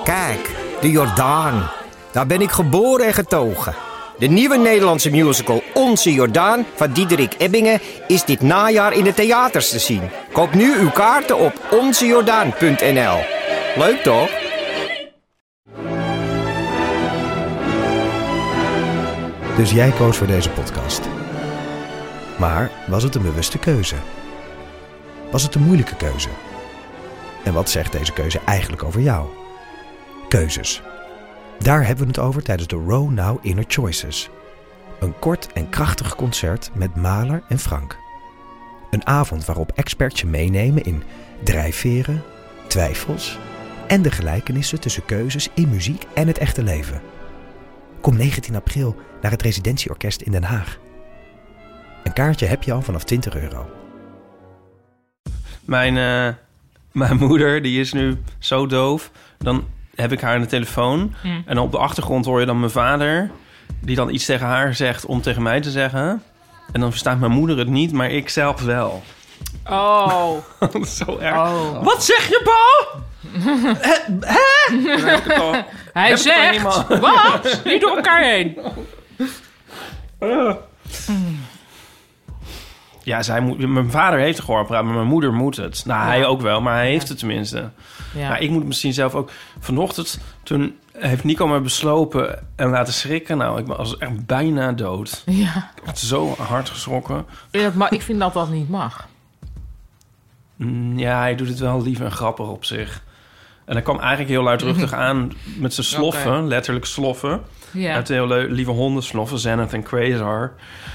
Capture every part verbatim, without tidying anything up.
Kijk, de Jordaan. Daar ben ik geboren en getogen. De nieuwe Nederlandse musical Onze Jordaan van Diederik Ebbingen is dit najaar in de theaters te zien. Koop nu uw kaarten op onze jordaan punt n l. Leuk toch? Dus jij koos voor deze podcast. Maar was het een bewuste keuze? Was het een moeilijke keuze? En wat zegt deze keuze eigenlijk over jou? Keuzes. Daar hebben we het over tijdens de Row Now Inner Choices. Een kort en krachtig concert met Mahler en Frank. Een avond waarop experts je meenemen in drijfveren, twijfels en de gelijkenissen tussen keuzes in muziek en het echte leven. Kom negentien april naar het Residentieorkest in Den Haag. Een kaartje heb je al vanaf twintig euro. Mijn, uh, mijn moeder, die is nu zo doof. Dan heb ik haar aan de telefoon. Mm. En op de achtergrond hoor je dan mijn vader, die dan iets tegen haar zegt om tegen mij te zeggen. En dan verstaat mijn moeder het niet, maar ik zelf wel. Oh. Dat is zo erg. Oh. Wat zeg je, pa? Hè? Hè? Hij heb zegt, wat? Niet door elkaar heen. Uh. Ja, zij moet, mijn vader heeft het gehoorpraat, maar mijn moeder moet het. Nou, ja. Hij ook wel, maar hij heeft ja. het tenminste. Ja. Maar ik moet misschien zelf ook. Vanochtend, toen heeft Nico me beslopen en laten schrikken. Nou, ik was echt bijna dood. Ja. Ik had zo hard geschrokken. Ja, maar ik vind dat dat niet mag. Ja, hij doet het wel lief en grappig op zich. En hij kwam eigenlijk heel luidruchtig aan met zijn sloffen, okay. letterlijk sloffen. Ja. Uit de hele lieve hondensloffen, Zenith en Quasar.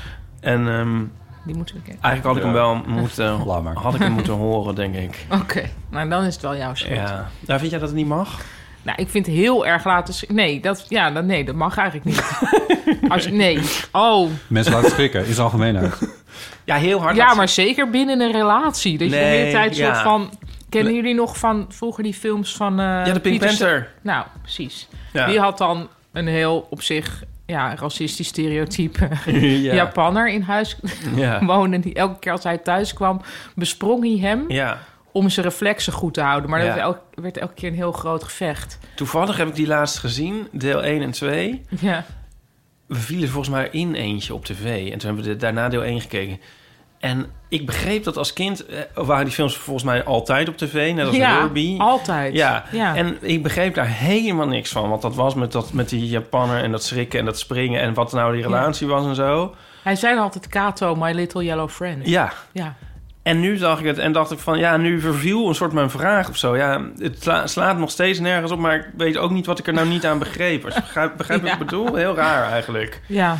En um, die moeten we kennen. Eigenlijk had ik hem wel moeten, had ik hem moeten horen, denk ik. Oké, okay. Nou dan is het wel jouw schuld. Ja. Nou, vind jij dat het niet mag? Nou, ik vind het heel erg laten... Sch- nee, dat, ja, dat, nee, dat mag eigenlijk niet. Als, nee. Oh. Mensen laten schrikken, is algemeenheid. Ja, heel hard. Ja, maar zeker binnen een relatie. Dat nee, je de hele tijd ja. soort van... Kennen jullie nog van vroeger die films van... Uh, ja, de Pink Pieter Panther. Nou, precies. Ja. Die had dan een heel op zich... ja, racistisch stereotype ja. Japanner in huis ja. wonen. Die elke keer als hij thuis kwam, besprong hij hem... Ja. om zijn reflexen goed te houden. Maar ja. dat werd elke, werd elke keer een heel groot gevecht. Toevallig heb ik die laatst gezien, deel één en twee. Ja. We vielen volgens mij in eentje op tv. En toen hebben we daarna deel één gekeken. En ik begreep dat als kind... Eh, waren die films volgens mij altijd op tv, net als ja, Herbie. altijd. Ja, ja, en ik begreep daar helemaal niks van. Want dat was met, dat, met die Japanner en dat schrikken en dat springen... en wat nou die relatie ja. was en zo. Hij zei altijd Kato, my little yellow friend. Ja. ja. En nu dacht ik het en dacht ik van... ja, nu verviel een soort mijn vraag of zo. Ja, het sla, slaat nog steeds nergens op... maar ik weet ook niet wat ik er nou niet aan begreep. Als je begrijpt, begrijp ja. wat ik bedoel? Heel raar eigenlijk. Ja.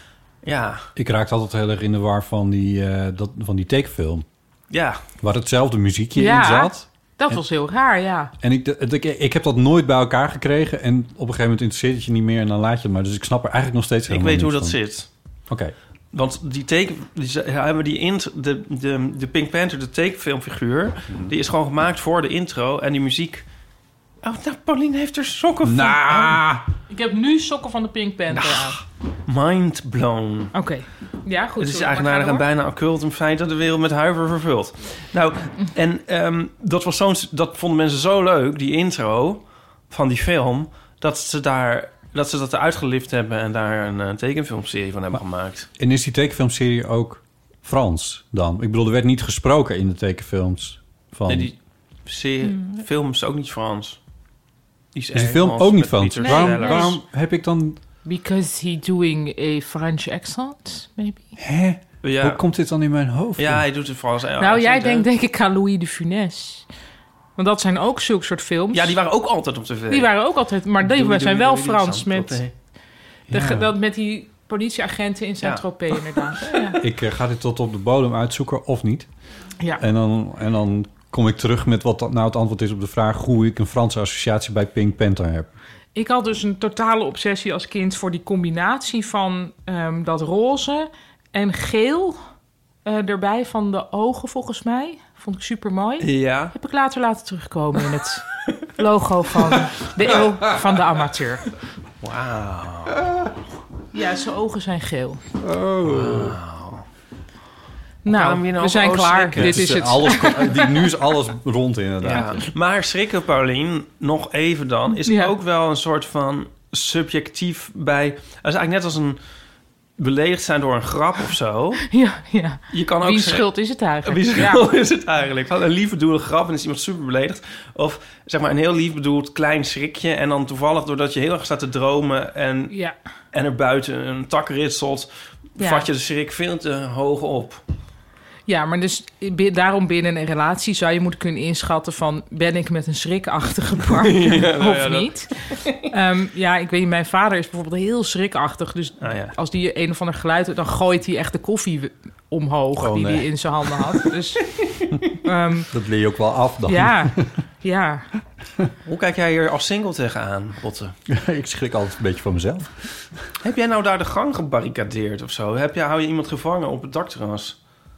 Ja. Ik raakte altijd heel erg in de war van die, uh, dat, van die tekenfilm. Ja. Waar hetzelfde muziekje ja, in zat. Dat en, was heel raar, ja. En ik, ik, ik heb dat nooit bij elkaar gekregen. En op een gegeven moment interesseert het je niet meer en dan laat je het maar. Dus ik snap er eigenlijk nog steeds helemaal Ik weet hoe van. dat zit. Oké. Okay. Want die teken... Die, hebben die int, de, de, de Pink Panther, de tekenfilmfiguur... Mm. die is gewoon gemaakt voor de intro en die muziek... Oh, nou, Pauline heeft er sokken van. Nah. Ik heb nu sokken van de Pink Panther nah. aan. Mind blown. Oké. Okay. Ja, goed. Het is eigenaardig en bijna occult een feit dat de wereld met huiver vervult. Nou, en um, dat, was zo'n, dat vonden mensen zo leuk, die intro van die film... dat ze, daar, dat, ze dat eruit gelift hebben en daar een uh, tekenfilmserie van hebben maar, gemaakt. En is die tekenfilmserie ook Frans dan? Ik bedoel, er werd niet gesproken in de tekenfilms van... Nee, die serie, mm. film is ook niet Frans. Die is, is die film ook niet Frans? Nee. Waarom, waarom heb ik dan... Because he doing a French accent, maybe. Hè? Ja. Hoe komt dit dan in mijn hoofd? Ja, hij doet het Frans. Nou, accent, jij denkt denk ik aan Louis de Funès. Want dat zijn ook zulke soort films. Ja, die waren ook altijd op tv. Die waren ook altijd, maar die doei, zijn doei, wel doei, Frans doei, met, ja. de, dat, met die politieagenten in Saint-Tropez ja. inderdaad. Ja. Ik uh, ga dit tot op de bodem uitzoeken of niet. Ja. En dan, en dan kom ik terug met wat nou het antwoord is op de vraag... hoe ik een Franse associatie bij Pink Panther heb. Ik had dus een totale obsessie als kind voor die combinatie van um, dat roze en geel uh, erbij van de ogen volgens mij. Vond ik super mooi. Ja. Heb ik later laten terugkomen in het logo van de eeuw van de amateur. Wauw. Ja, zijn ogen zijn geel. Oh. Wow. Nou, we zijn oh, klaar. schrikken. Dit Het is het. Alles, die, nu is alles rond inderdaad. Ja. Maar schrikken, Paulien, nog even dan... is Ja. ook wel een soort van subjectief bij... Het is eigenlijk net als een beledigd zijn door een grap of zo. Ja, ja. Je kan ook Wie zeggen- schuld is het eigenlijk? Wie schuld is het eigenlijk? Van een lief bedoelde grap en is iemand super beledigd. Of zeg maar een heel lief bedoeld klein schrikje... en dan toevallig doordat je heel erg staat te dromen... en, Ja. en er buiten een tak ritselt... Ja. vat je de schrik veel te hoog op. Ja, maar dus bi- daarom binnen een relatie zou je moeten kunnen inschatten van... ben ik met een schrikachtige partner Ja, nou of ja, dat- niet? um, ja, ik weet niet, mijn vader is bijvoorbeeld heel schrikachtig. Dus Ah, ja. als die een of ander geluid... dan gooit hij echt de koffie w- omhoog Oh, die nee. hij in zijn handen had. Dus um, Dat leer je ook wel af dan. ja, ja. Hoe kijk jij hier als single tegenaan, Botte? Ik schrik altijd een beetje van mezelf. Heb jij nou daar de gang gebarricadeerd of zo? Heb jij, hou je iemand gevangen op het dakterras?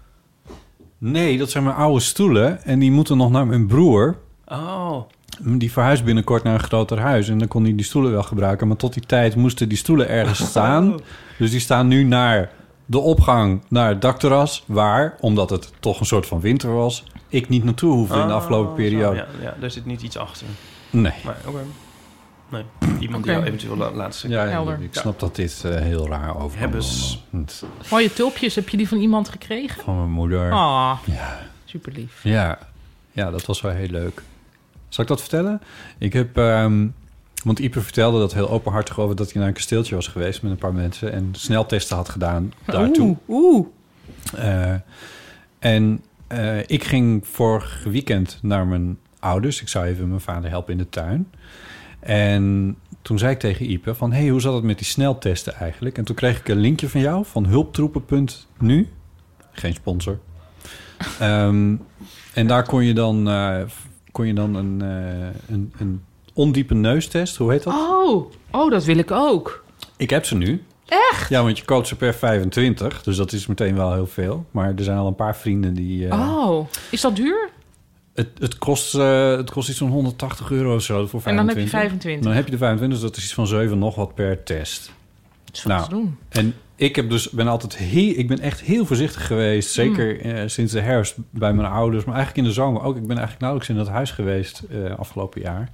Nee, dat zijn mijn oude stoelen. En die moeten nog naar mijn broer. Oh, Die verhuist binnenkort naar een groter huis. En dan kon hij die stoelen wel gebruiken. Maar tot die tijd moesten die stoelen ergens staan. Dus die staan nu naar de opgang naar het dakterras. Waar, omdat het toch een soort van winter was... ik niet naartoe hoefde in de afgelopen Oh, periode. zo, ja, ja, daar zit niet iets achter. Nee. Maar oké. Nee, iemand Oké. die jou eventueel la- laat zitten. Ja, Helder. ik snap dat dit uh, heel raar overkomt. Hebbes. Mooie tulpjes, heb je die van iemand gekregen? Van mijn moeder. Ah, Ja. super lief. Ja. ja, dat was wel heel leuk. Zal ik dat vertellen? Ik heb... Um, want Ipe vertelde dat heel openhartig over... dat hij naar een kasteeltje was geweest met een paar mensen... en sneltesten had gedaan daartoe. Oeh, oeh. Uh, en uh, ik ging vorig weekend naar mijn ouders. Ik zou even mijn vader helpen in de tuin. En toen zei ik tegen Ipe van... hey, hoe zat het met die sneltesten eigenlijk? En toen kreeg ik een linkje van jou van hulptroepen punt nu. Geen sponsor. um, en daar kon je dan, uh, kon je dan een, uh, een, een ondiepe neustest. Hoe heet dat? Oh, oh, dat wil ik ook. Ik heb ze nu. Echt? Ja, want je koopt ze per vijfentwintig. Dus dat is meteen wel heel veel. Maar er zijn al een paar vrienden die... Uh, oh, is dat duur? Het, het, kost, uh, het kost iets van honderdtachtig euro of zo voor vijfentwintig. En dan heb je vijfentwintig. Dan heb je de vijfentwintig, dus dat is iets van zeven nog wat per test. Dat is wat nou, te doen. En ik heb dus, ben altijd heel, ik ben echt heel voorzichtig geweest. Zeker mm. uh, sinds de herfst bij mijn ouders. Maar eigenlijk in de zomer ook. Ik ben eigenlijk nauwelijks in dat huis geweest uh, afgelopen jaar.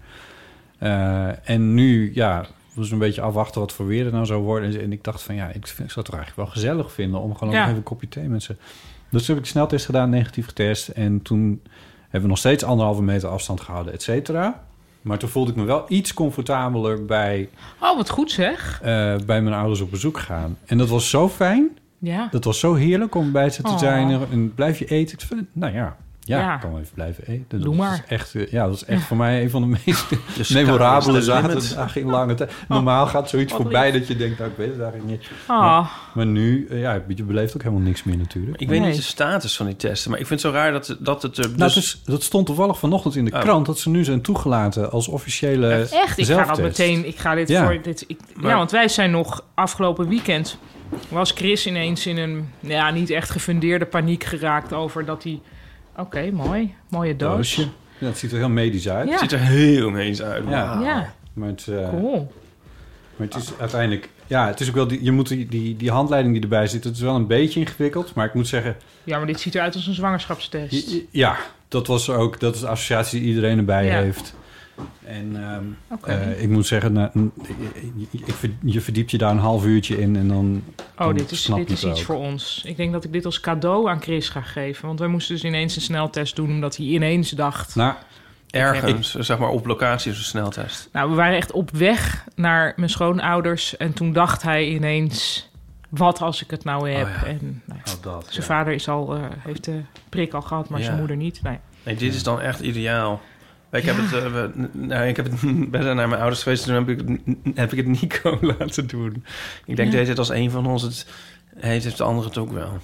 Uh, en nu, ja... dus een beetje afwachten wat voor weer het nou zou worden. En ik dacht van ja, ik, vind, ik zou het toch eigenlijk wel gezellig vinden... om gewoon ja. nog even een kopje thee met ze. Dus toen heb ik de sneltest gedaan, negatief getest. En toen hebben we nog steeds anderhalve meter afstand gehouden, et cetera. Maar toen voelde ik me wel iets comfortabeler bij... Oh, wat goed zeg. Uh, bij mijn ouders op bezoek gaan. En dat was zo fijn. Ja. Dat was zo heerlijk om bij ze te oh. zijn. En blijf je eten? Ik vind, nou ja... Ja, ja, ik kan wel even blijven eten. Doe dat maar. Is echt, ja, dat is echt voor mij een van de meest de memorabele zaterdagen in lange tijd. Normaal gaat zoiets Wat voorbij lief. dat je denkt, nou, ik weet het eigenlijk niet. Oh. Maar, maar nu, ja, je beleeft ook helemaal niks meer natuurlijk. Ik weet nee. niet de status van die testen, maar ik vind het zo raar dat, dat het... Dus... Nou, het is, dat stond toevallig vanochtend in de oh. krant... dat ze nu zijn toegelaten als officiële Echt? Echt? Ik ga dat meteen... Ik ga dit ja. voor... Dit, ik, maar, ja, want wij zijn nog afgelopen weekend... was Chris ineens in een... ja, niet echt gefundeerde paniek geraakt over dat hij... Oké, okay, mooi. Mooie doos. Doosje. Ja, het ziet er heel medisch uit. Ja. Het ziet er heel medisch uit. Ja. Wow. Ja. Maar het, uh, cool. Maar het is uiteindelijk... Ja, het is ook wel... Die, je moet die, die, die handleiding die erbij zit... het is wel een beetje ingewikkeld. Maar ik moet zeggen... Ja, maar dit ziet eruit als een zwangerschapstest. Ja, dat was ook... Dat is de associatie die iedereen erbij ja. heeft. En um, okay. uh, ik moet zeggen... Nou, ik, ik, je verdiept je daar een half uurtje in... en dan Oh, dan dit is, dit is iets voor ons. Ik denk dat ik dit als cadeau aan Chris ga geven. Want wij moesten dus ineens een sneltest doen... omdat hij ineens dacht... Nou, ergens, ik, zeg maar op locatie is een sneltest. Nou, we waren echt op weg naar mijn schoonouders... en toen dacht hij ineens... wat als ik het nou heb? Oh ja. En nou, oh, dat, zijn ja. vader is al, uh, heeft de prik al gehad, maar ja. zijn moeder niet. Nee. nee, dit is dan echt ideaal. Ik heb, ja. het, uh, we, nou, ik heb het ben naar mijn ouders geweest... en toen heb ik het, heb ik het Nico laten doen. Ik denk, ja. deze het als een van ons het heeft, heeft de andere het ook wel.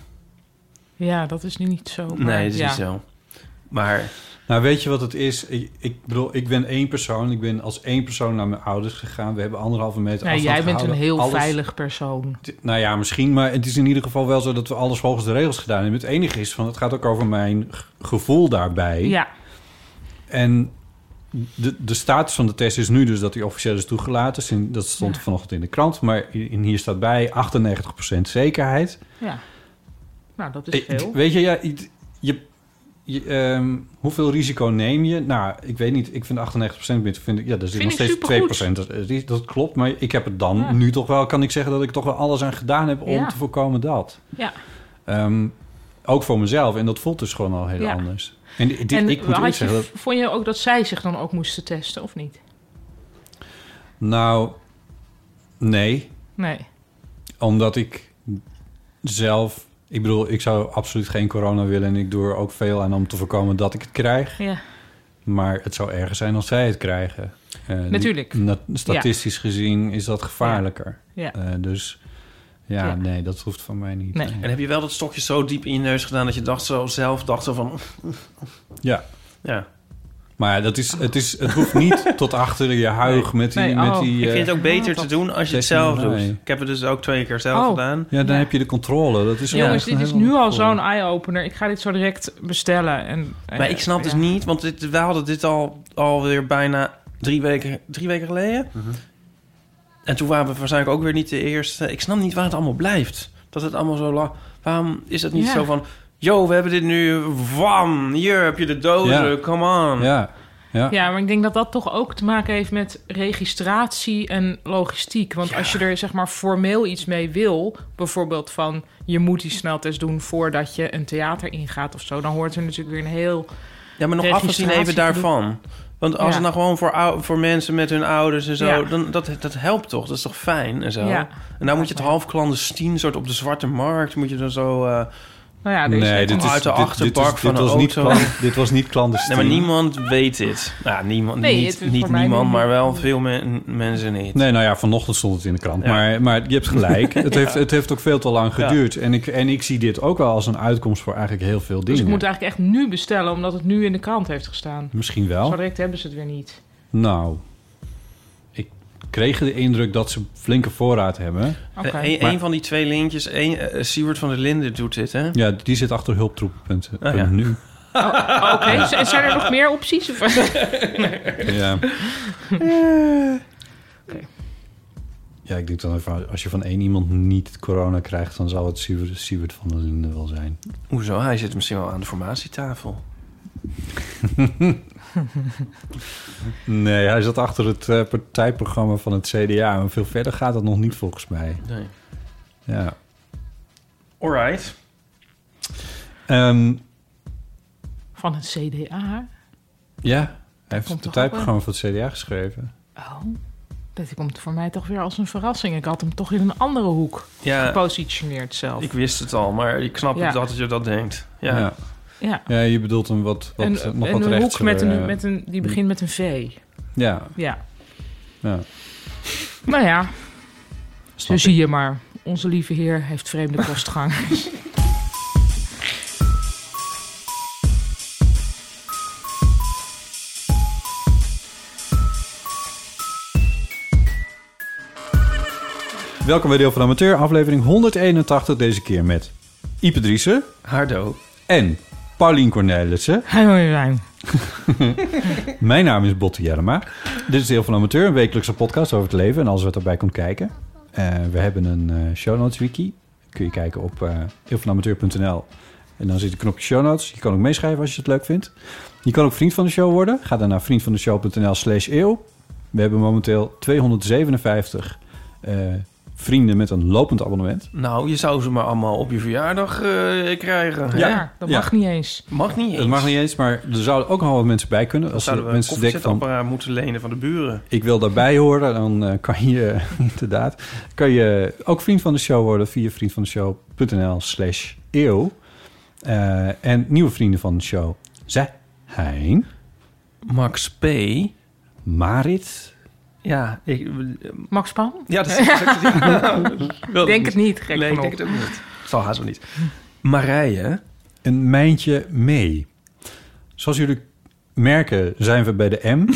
Ja, dat is nu niet zo. Maar, nee, dat is ja. niet zo. Maar... Nou, weet je wat het is? Ik, ik bedoel, ik ben één persoon. Ik ben als één persoon naar mijn ouders gegaan. We hebben anderhalve meter nee, afstand jij bent gehouden. een heel alles, veilig persoon. T, nou ja, misschien. Maar het is in ieder geval wel zo dat we alles volgens de regels gedaan hebben. Het enige is, van, het gaat ook over mijn gevoel daarbij. Ja. En de, de status van de test is nu dus dat hij officieel is toegelaten. Dat stond ja. vanochtend in de krant. Maar in, hier staat bij achtennegentig procent zekerheid. Ja. Nou, dat is Eh, veel. Weet je, ja, je, je, je, ehm, hoeveel risico neem je? Nou, ik weet niet. Ik vind achtennegentig procent vind ik, ja, daar zit Vind nog ik steeds supergoed. twee procent. Dat, is- dat klopt, maar ik heb het dan Ja. nu toch wel, kan ik zeggen dat ik toch wel alles aan gedaan heb om Ja. te voorkomen dat. Ja. Ehm, ook voor mezelf. En dat voelt dus gewoon al heel Ja. anders. En dit, En ik moet had eerlijk je, zeggen dat... vond je ook dat zij zich dan ook moesten testen, of niet? Nou, nee. Nee. Omdat ik zelf... Ik bedoel, ik zou absoluut geen corona willen... en ik doe er ook veel aan om te voorkomen dat ik het krijg. Ja. Maar het zou erger zijn als zij het krijgen. Eh, Natuurlijk. na- statistisch gezien is dat gevaarlijker. Ja. Eh, dus ja, Ja. nee, dat hoeft van mij niet. Nee. En heb je wel dat stokje zo diep in je neus gedaan... dat je dacht zo zelf dacht zo van... Ja. Ja. Maar ja, dat is, het, is, het hoeft niet tot achter je huig met die... Nee, met oh. die Ik eh, vind het ook beter dat- te doen als je het zestien zelf doet. mei. Ik heb het dus ook twee keer zelf Oh. gedaan. ja, dan Ja. heb je de controle. Dat is Ja. wel Jongens, echt dit een is heel nu al ander zo'n gevoel. eye-opener. Ik ga dit zo direct bestellen. En, eh, Maar ik snap dus ja. niet, want dit, wij hadden dit al alweer bijna drie weken, drie weken geleden. Mhm. En toen waren we waarschijnlijk ook weer niet de eerste. Ik snap niet waar het allemaal blijft. Dat het allemaal zo lang... Waarom is het niet Ja. zo van... Yo, we hebben dit nu... Wam, hier heb je de dozen, Ja. come on. Ja, ja. Ja, maar ik denk dat dat toch ook te maken heeft met registratie en logistiek. Want als je er zeg maar formeel iets mee wil, bijvoorbeeld van je moet die sneltest doen voordat je een theater ingaat of zo, dan hoort er natuurlijk weer een heel... Ja, maar nog afgezien even Registratie daarvan. Want als Ja. het nou gewoon voor, ou- voor mensen met hun ouders en zo... Ja. Dan, dat, dat helpt toch? Dat is toch fijn en zo? Ja. En nou moet je het half clandestien, soort op de zwarte markt... moet je dan zo... eh, Nou ja, er is Nee, net dit een- is, uit de dit- achterbak dit is- van dit een was niet auto. klan- Dit was niet clandestien. Nee, maar niemand weet dit. Ja, niemand, Nee, niet, het is niet voor mij niemand, niet- maar wel veel men- mensen niet. Nee, nou ja, vanochtend stond het in de krant. Ja. Maar, maar je hebt gelijk. Het heeft, het heeft ook veel te lang Ja. geduurd. En, ik, en ik zie dit ook wel als een uitkomst voor eigenlijk heel veel dingen. Dus ik moet eigenlijk echt nu bestellen, omdat het nu in de krant heeft gestaan. Misschien wel. Zo direct hebben ze het weer niet. Nou, ik kreeg de indruk dat ze flinke voorraad hebben. Oké. Eh, Een, Maar- een van die twee lintjes, een, eh, Siewert van der Linden doet dit, hè? Ja, die zit achter hulptroepen. Ah, ja. Nu. Oh, Oké, Z- en zijn er nog meer opties? Of- Ja. Oké. Ja, ik denk dan even, als je van één iemand niet corona krijgt, dan zal het Siewert, Siewert van der Linden wel zijn. Hoezo? Hij zit misschien wel aan de formatietafel. Nee, hij zat achter het eh, partijprogramma van het C D A. Maar veel verder gaat dat nog niet volgens mij. Nee. Ja. Alright. Ehm, Van het C D A? ja, hij heeft Komt het toch partijprogramma van het C D A geschreven. Oh, dat komt voor mij toch weer als een verrassing. Ik had hem toch in een andere hoek Ja, gepositioneerd zelf. ik wist het al, maar ik snap Ja. het dat je dat denkt. Ja. Ja. ja. Ja, je bedoelt een wat, wat, En, nog en wat een hoek rechtser, met een, eh, met een, die begint met een V. Ja, Ja. ja. Nou ja, zo Snap zie ik. je maar. Onze lieve heer heeft vreemde kostgang. Welkom bij Deel van de Amateur, aflevering honderdeenentachtig. Deze keer met Ipe Driessen Hardo. en Paulien Cornelissen. Hij wil je zijn. Mijn naam is Botte Jellema. Dit is Deel van de Amateur, een wekelijkse podcast over het leven en alles wat erbij komt kijken. Uh, we hebben een uh, show notes wiki. Kun je kijken op uh, deelvanamateur punt n l. En dan zit een knopje show notes. Je kan ook meeschrijven als je het leuk vindt. Je kan ook vriend van de show worden. Ga dan naar vriendvandeshow punt n l slash eeuw. We hebben momenteel tweehonderdzevenenvijftig uh, vrienden met een lopend abonnement. Nou, je zou ze maar allemaal op je verjaardag eh, krijgen. Ja, Ja, dat ja. mag niet eens. Mag niet eens. Het mag niet eens, maar er zouden ook nog wat mensen bij kunnen. Dan Als zouden we een mensen denken van, koffiezetapparaat moeten lenen van de buren. ik wil daarbij horen, dan uh, kan je inderdaad kan je ook vriend van de show worden via vriendvandeshow punt n l slash eeuw. Uh, en nieuwe vrienden van de show zijn Max P. Marit. Ja, ik... Max Pan? Ja, dat is... ja, Ik denk het niet, gek Nee, ik genoeg. denk het ook niet. Het zal haast wel niet. Marije. Een mijntje mee. Zoals jullie merken zijn we bij de M.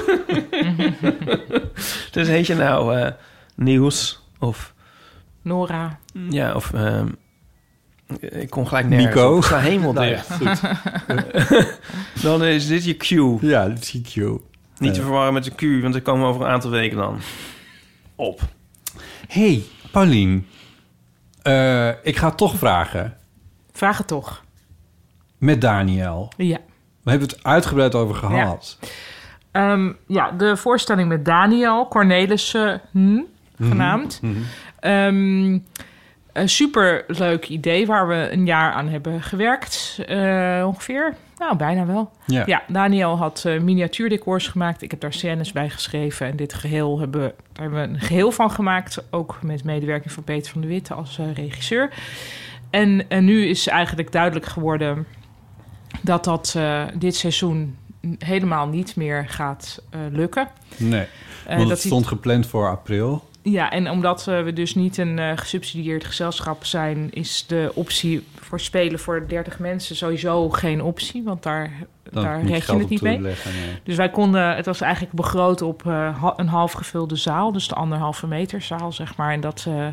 Dus heet je nou uh, Niels of... Nora. Ja, of... Uh, ik kom gelijk nergens Nico. op. Ik sta helemaal Nou dicht. ja, goed. Dan is dit je Q. Ja, dat zie ik jou. Niet te Ja. verwarren met de Q, want daar komen we over een aantal weken dan op. Hey, Paulien. Uh, ik ga het toch vragen. Vraag het toch. Met Daniel. Ja. We hebben het uitgebreid over gehad. Ja, um, ja de voorstelling met Daniel Cornelissen hm, genaamd. Mm-hmm. Um, een superleuk idee waar we een jaar aan hebben gewerkt. Uh, ongeveer. Nou, bijna wel. Ja. ja, Daniel had uh, miniatuurdecors gemaakt. Ik heb daar scènes bij geschreven. En dit geheel hebben, daar hebben we een geheel van gemaakt. Ook met medewerking van Peter van de Witte als uh, regisseur. En, en nu is eigenlijk duidelijk geworden dat dat uh, dit seizoen helemaal niet meer gaat uh, lukken. Nee, uh, want dat het stond die... gepland voor april. Ja, en omdat uh, we dus niet een uh, gesubsidieerd gezelschap zijn... is de optie voor spelen voor dertig mensen sowieso geen optie. Want daar, daar red je het niet mee. Leggen, nee. Dus wij konden... Het was eigenlijk begroot op uh, een half gevulde zaal. Dus de anderhalve meter zaal, zeg maar. En dat, uh,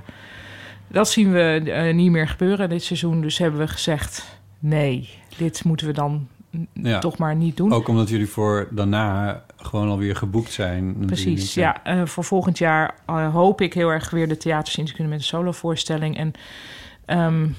dat zien we uh, niet meer gebeuren dit seizoen. Dus hebben we gezegd... nee, dit moeten we dan ja, toch maar niet doen. Ook omdat jullie voor daarna gewoon alweer geboekt zijn. Precies, ja. Uh, voor volgend jaar uh, hoop ik heel erg weer de theaters in te kunnen met een solovoorstelling. En um,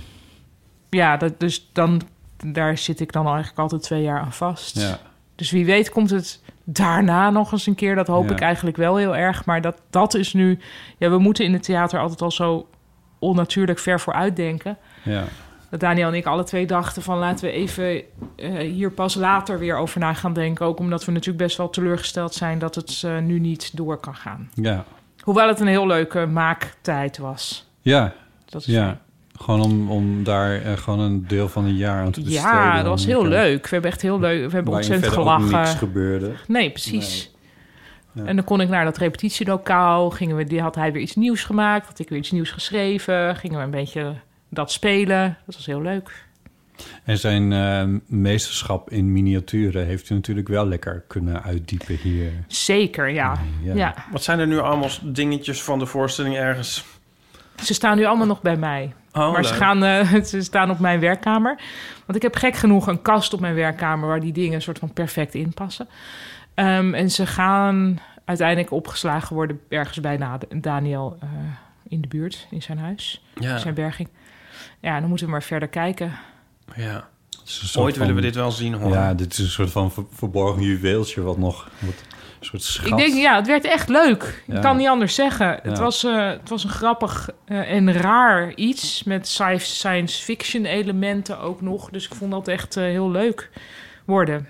ja, dat, dus dan, daar zit ik dan eigenlijk altijd twee jaar aan vast. Ja. Dus wie weet komt het daarna nog eens een keer. Dat hoop ja. ik eigenlijk wel heel erg. Maar dat, dat is nu... Ja, we moeten in het theater altijd al zo onnatuurlijk ver vooruit denken. Ja. Dat Daniel en ik alle twee dachten van... laten we even uh, hier pas later weer over na gaan denken. Ook omdat we natuurlijk best wel teleurgesteld zijn... dat het uh, nu niet door kan gaan. Ja. Hoewel het een heel leuke maaktijd was. Ja, dat is ja. Fijn. Gewoon om, om daar uh, gewoon een deel van een jaar aan te besteden. Ja, dat was heel leuk. We hebben echt heel leuk. We hebben ontzettend gelachen. Waar niks gebeurde. Nee, precies. Nee. Ja. En dan kon ik naar dat repetitielokaal. Gingen we, die had hij weer iets nieuws gemaakt. Had ik weer iets nieuws geschreven. Gingen we een beetje... dat spelen, dat was heel leuk. En zijn uh, meesterschap in miniaturen heeft u natuurlijk wel lekker kunnen uitdiepen hier. Zeker, ja. ja. ja. Wat zijn er nu allemaal dingetjes van de voorstelling ergens? Ze staan nu allemaal nog bij mij. Oh, maar ze, gaan, uh, ze staan op mijn werkkamer. Want ik heb gek genoeg een kast op mijn werkkamer... waar die dingen soort van perfect in passen. Um, en ze gaan uiteindelijk opgeslagen worden... ergens bij Daniel uh, in de buurt, in zijn huis. Ja. Zijn berging. Ja, dan moeten we maar verder kijken. Ja. Ooit willen we dit wel zien, hoor. Ja, dit is een soort van ver- verborgen juweeltje wat nog... Wat, een soort schat. Ik denk, ja, het werd echt leuk. Ja. Ik kan niet anders zeggen. Ja. Het, was, uh, het was een grappig uh, en raar iets... met science fiction elementen ook nog. Dus ik vond dat echt uh, heel leuk worden.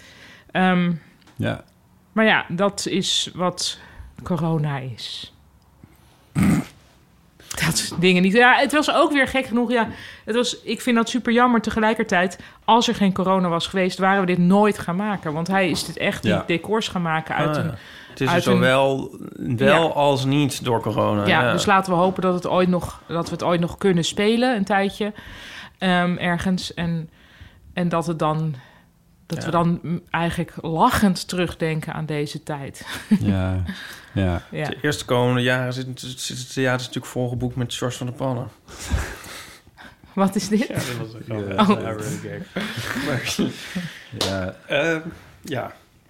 Um, ja. Maar ja, dat is wat corona is. Dat soort dingen niet. Ja, het was ook weer gek genoeg. Ja, het was, ik vind dat super jammer. Tegelijkertijd, als er geen corona was geweest... waren we dit nooit gaan maken. Want hij is dit echt ja. die decors gaan maken uit ah, een... Ja. Het is uit zowel een, wel ja. als niet door corona. Ja, ja, dus laten we hopen dat, het ooit nog, dat we het ooit nog kunnen spelen. Een tijdje. Um, ergens. En, en dat het dan... Dat ja. we dan eigenlijk lachend terugdenken aan deze tijd. Ja, ja. ja. De eerste komende jaren zit, zit het theater natuurlijk volgeboekt met George van der Pannen. Wat is dit? Ja, dat was een grap. Ja. Oh. Ja, really gek. ja. Uh, ja.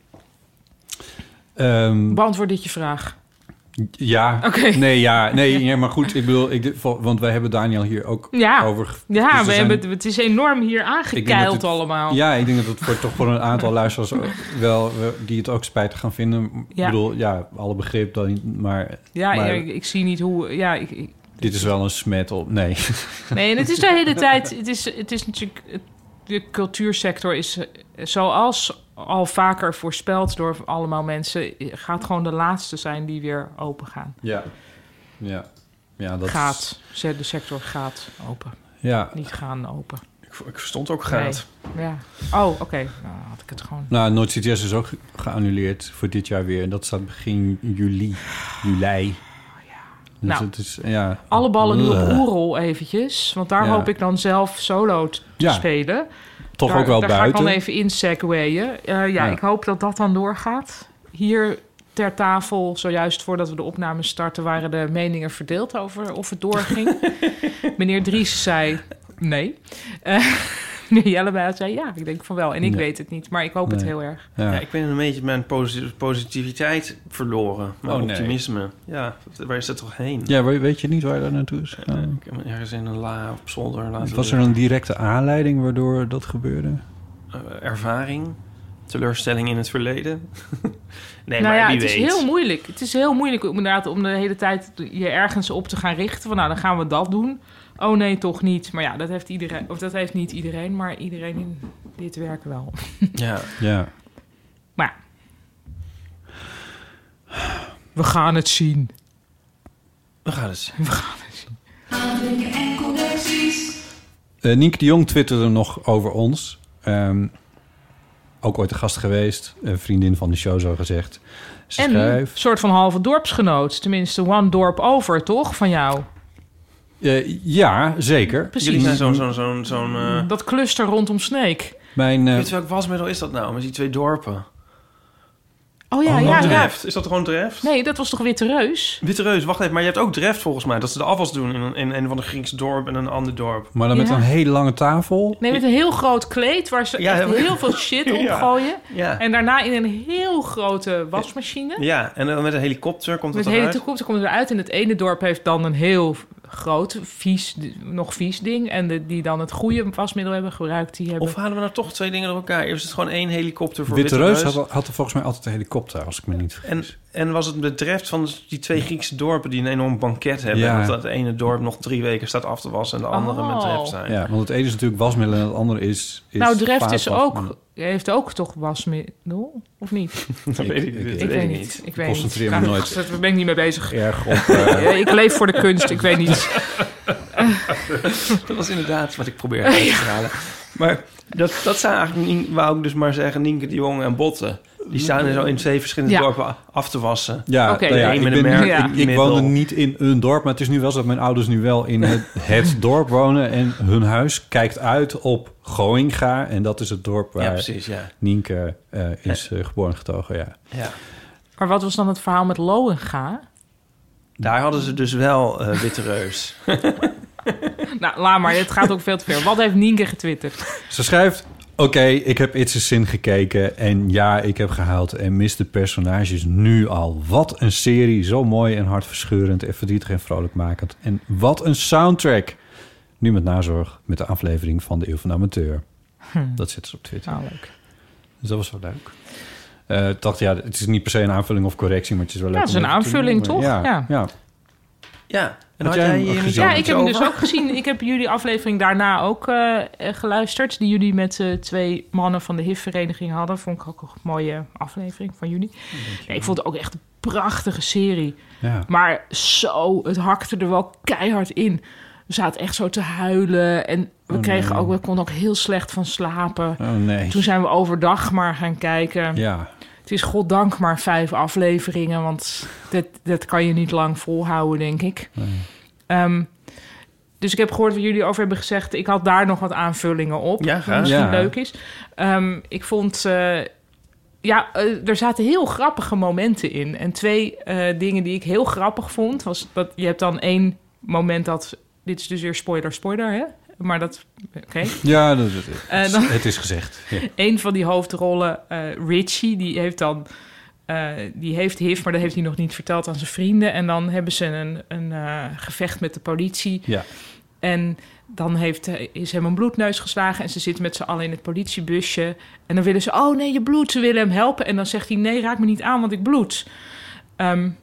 Um, Beantwoord dit je vraag. Ja, okay. nee, ja, nee, ja, maar goed, ik bedoel, ik, want wij hebben Daniel hier ook ja. over... Ja, dus we zijn, hebben, het is enorm hier aangekeild het, allemaal. Ja, ik denk dat het voor, toch voor een aantal luisteraars wel, die het ook spijtig gaan vinden. Ja. Ik bedoel, ja, alle begrip dan, maar... Ja, maar, ja ik, ik zie niet hoe... Ja, ik, ik, dit is wel een smet op, nee. Nee, en het is de hele tijd, het is, het is natuurlijk... De cultuursector is, zoals al vaker voorspeld door allemaal mensen... gaat gewoon de laatste zijn die weer open gaan. Ja, ja. ja dat gaat, is... de sector gaat open. Ja. Niet gaan open. Ik, ik verstond ook gaat. Nee. Ja. Oh, oké. Okay. Nou, had ik het gewoon... Nou, Noord-C T S is ook geannuleerd voor dit jaar weer. En dat staat begin juli, juli. Dus nou, het is, ja. alle ballen nu op Oerol eventjes. Want daar ja. hoop ik dan zelf solo te ja. spelen. Toch daar, ook wel daar buiten. Daar ga ik dan even in segwayen. Uh, ja, ja, ik hoop dat dat dan doorgaat. Hier ter tafel, zojuist voordat we de opname starten... waren de meningen verdeeld over of het doorging. Meneer Dries zei nee. Uh, meneer Jelle bij had, zei ja, ik denk van wel. En ik Nee. weet het niet, maar ik hoop Nee. het heel erg. Ja. Ja, ik ben een beetje mijn posi- positiviteit verloren. Mijn Oh, nee. optimisme. Ja, waar is dat toch heen? Ja, we- weet je niet waar dat naartoe is Eh, gegaan? ik heb hem ergens in een la op zolder laten Was er een directe aanleiding waardoor dat gebeurde? uh, ervaring, teleurstelling in het verleden. nee, nou maar ja, wie het is weet. heel moeilijk. Het is heel moeilijk om inderdaad om de hele tijd je ergens op te gaan richten. Van nou, dan gaan we dat doen. Oh nee, toch niet. Maar ja, dat heeft iedereen, of dat heeft niet iedereen, maar iedereen in dit werk wel. Ja. Ja. Maar ja. We gaan het zien. We gaan het zien. We gaan het zien. Uh, Nienke de Jong twitterde nog over ons. Um, ook ooit een gast geweest. Een vriendin van de show, zo gezegd. Ze En een schrijft... soort van halve dorpsgenoot. Tenminste, one dorp over, toch? Van jou. Uh, ja, zeker. Precies. Jullie zijn zo'n... zo'n zo'n zo'n uh... Dat cluster rondom Sneek. Mijn, uh... Weet je welk wasmiddel is dat nou? Met die twee dorpen. Oh ja, oh, ja, ja. Dreft. Is dat gewoon Dreft? Nee, dat was toch Witte Reus? Witte Reus, wacht even. Maar je hebt ook Dreft volgens mij. Dat ze de afwas doen in een, in een van de Griekse dorp en een ander dorp. Maar dan met Ja. een hele lange tafel. Nee, met een heel groot kleed waar ze Ja, echt ja. heel veel shit op Ja. gooien. Ja. En daarna in een heel grote wasmachine. Ja, en dan met een helikopter komt Met het hele eruit. toekomst komt het eruit. En het ene dorp heeft dan een heel groot, vies, nog vies ding. En de, die dan het goede wasmiddel hebben gebruikt, die hebben... Of halen we nou toch twee dingen door elkaar? Is het gewoon één helikopter voor Witte Witte Reus Reus? had, had er volgens mij altijd een helikopter, als ik me niet En, vergis. en was het betreft van die twee Griekse dorpen die een enorm banket hebben... Ja. en dat het ene dorp nog drie weken staat af te wassen... en de andere Oh. met Dreft zijn? Ja, want het ene is natuurlijk wasmiddel en het andere is... is nou, Dreft is vaatwasmiddel. ook, heeft ook toch wasmiddel? Of niet? Dat weet ik, Ik- dat ik- Ik weet weet ik niet. Ik Ik weet concentreer niet. me Ga- nooit. Daar ben ik niet mee bezig. Erg op... uh, Ja, ik leef voor de kunst, ik weet niet. Dat was inderdaad wat ik probeerde uit te halen. Maar dat, dat zijn eigenlijk, niet- wou ik dus maar zeggen... Nienke de Jong en Botte. Die staan er zo in twee verschillende Ja. dorpen af te wassen. Ja, Oké. nou ja, Eén ik, met ben een merk, niet- Ja. ik, ik middel. woonde niet in een dorp, maar het is nu wel zo dat mijn ouders nu wel in het, het dorp wonen. En hun huis kijkt uit op Gooinga. En dat is het dorp Ja, waar precies, ja. Nienke uh, is uh, geboren en getogen. Ja. ja. Maar wat was dan het verhaal met Loenga? Daar hadden ze dus wel uh, Witte Reus. Nou, laat maar. Het gaat ook veel te ver. Wat heeft Nienke getwitterd? Ze schrijft... Oké, okay, ik heb It's a Sin gekeken en ja, ik heb gehuild en mis de personages nu al. Wat een serie, zo mooi en hartverscheurend en verdrietig en vrolijkmakend. En wat een soundtrack. Nu met nazorg met de aflevering van de Eeuw van de Amateur. Hm. Dat zit ze op Twitter. Nou, leuk. Dus dat was wel leuk. Uh, ik dacht, ja, het is niet per se een aanvulling of correctie, maar het is wel leuk. Ja, het is een aanvulling, toch? Ja, ja. ja. Ja, en had had jij jij hem hier ook niet gezien? Ja, ik heb hem dus over? ook gezien. Ik heb jullie aflevering daarna ook uh, geluisterd. Die jullie met uh, twee mannen van de H I V-vereniging hadden. Vond ik ook een mooie aflevering van jullie. Nee, ik vond het ook echt een prachtige serie. Ja. Maar zo, het hakte er wel keihard in. We zaten echt zo te huilen. En we Oh, kregen nee. ook, we konden ook heel slecht van slapen. Oh nee. Toen zijn we overdag maar gaan kijken. Ja. Het is goddank maar vijf afleveringen, want dat, dat kan je niet lang volhouden, denk ik. Nee. Um, dus ik heb gehoord wat jullie over hebben gezegd. Ik had daar nog wat aanvullingen op, Ja, wat graag. misschien Ja. leuk is. Um, ik vond... Uh, ja, uh, er zaten heel grappige momenten in. En twee uh, dingen die ik heel grappig vond... was dat je hebt dan één moment dat... Dit is dus weer spoiler, spoiler, hè? Maar dat... Oké. Okay. Ja, dat, dat, Uh, dan, het is gezegd. Ja. een van die hoofdrollen, uh, Richie, die heeft dan... Uh, die heeft H I V, maar dat heeft hij nog niet verteld aan zijn vrienden. En dan hebben ze een, een uh, gevecht met de politie. Ja. En dan heeft, is hem een bloedneus geslagen... en ze zitten met z'n allen in het politiebusje. En dan willen ze, oh nee, je bloedt, ze willen hem helpen. En dan zegt hij, nee, raak me niet aan, want ik bloed. Um,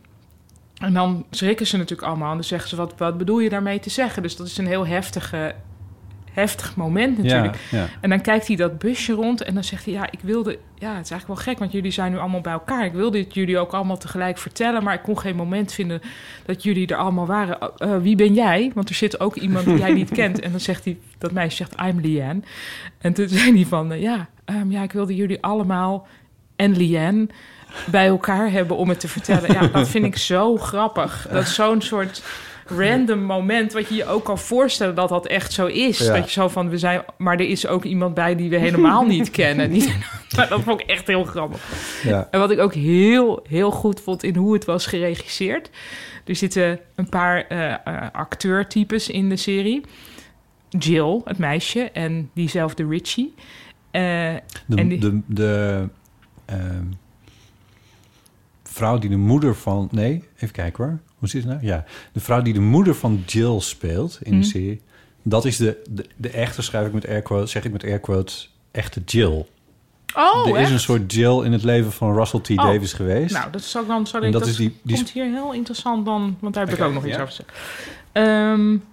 en dan schrikken ze natuurlijk allemaal. En dan zeggen ze, wat, wat bedoel je daarmee te zeggen? Dus dat is een heel heftige... heftig moment natuurlijk. Ja, ja. En dan kijkt hij dat busje rond en dan zegt hij... ja, ik wilde... ja, het is eigenlijk wel gek, want jullie zijn nu allemaal bij elkaar. Ik wilde het jullie ook allemaal tegelijk vertellen... maar ik kon geen moment vinden dat jullie er allemaal waren. Uh, wie ben jij? Want er zit ook iemand die jij niet kent. En dan zegt hij... dat meisje zegt, I'm Liane. En toen zei hij van... Uh, ja, um, ja, ik wilde jullie allemaal en Liane... bij elkaar hebben om het te vertellen. Ja, dat vind ik zo grappig. Dat is zo'n soort... random moment, wat je je ook kan voorstellen dat dat echt zo is. Ja. Dat je zo van, we zijn... maar er is ook iemand bij die we helemaal niet kennen. Niet, dat vond ik echt heel grappig. Ja. En wat ik ook heel, heel goed vond in hoe het was geregisseerd. Er zitten een paar uh, uh, acteurtypes in de serie. Jill, het meisje, en diezelfde Richie. Uh, de, en die... de, de uh, vrouw die de moeder van... Nee, even kijken hoor. Hoe zit het nou? Ja, de vrouw die de moeder van Jill speelt in mm. de serie... dat is de, de, de echte, schrijf ik met air quotes, zeg ik met air quotes, echte Jill. Oh, er echt? is een soort Jill in het leven van Russell T. Oh. Davies geweest. Nou, dat zou dan... Zou ik, dat dat is die, die komt hier heel interessant dan... Want daar heb okay, ik ook nog ja. iets over te zeggen. Um,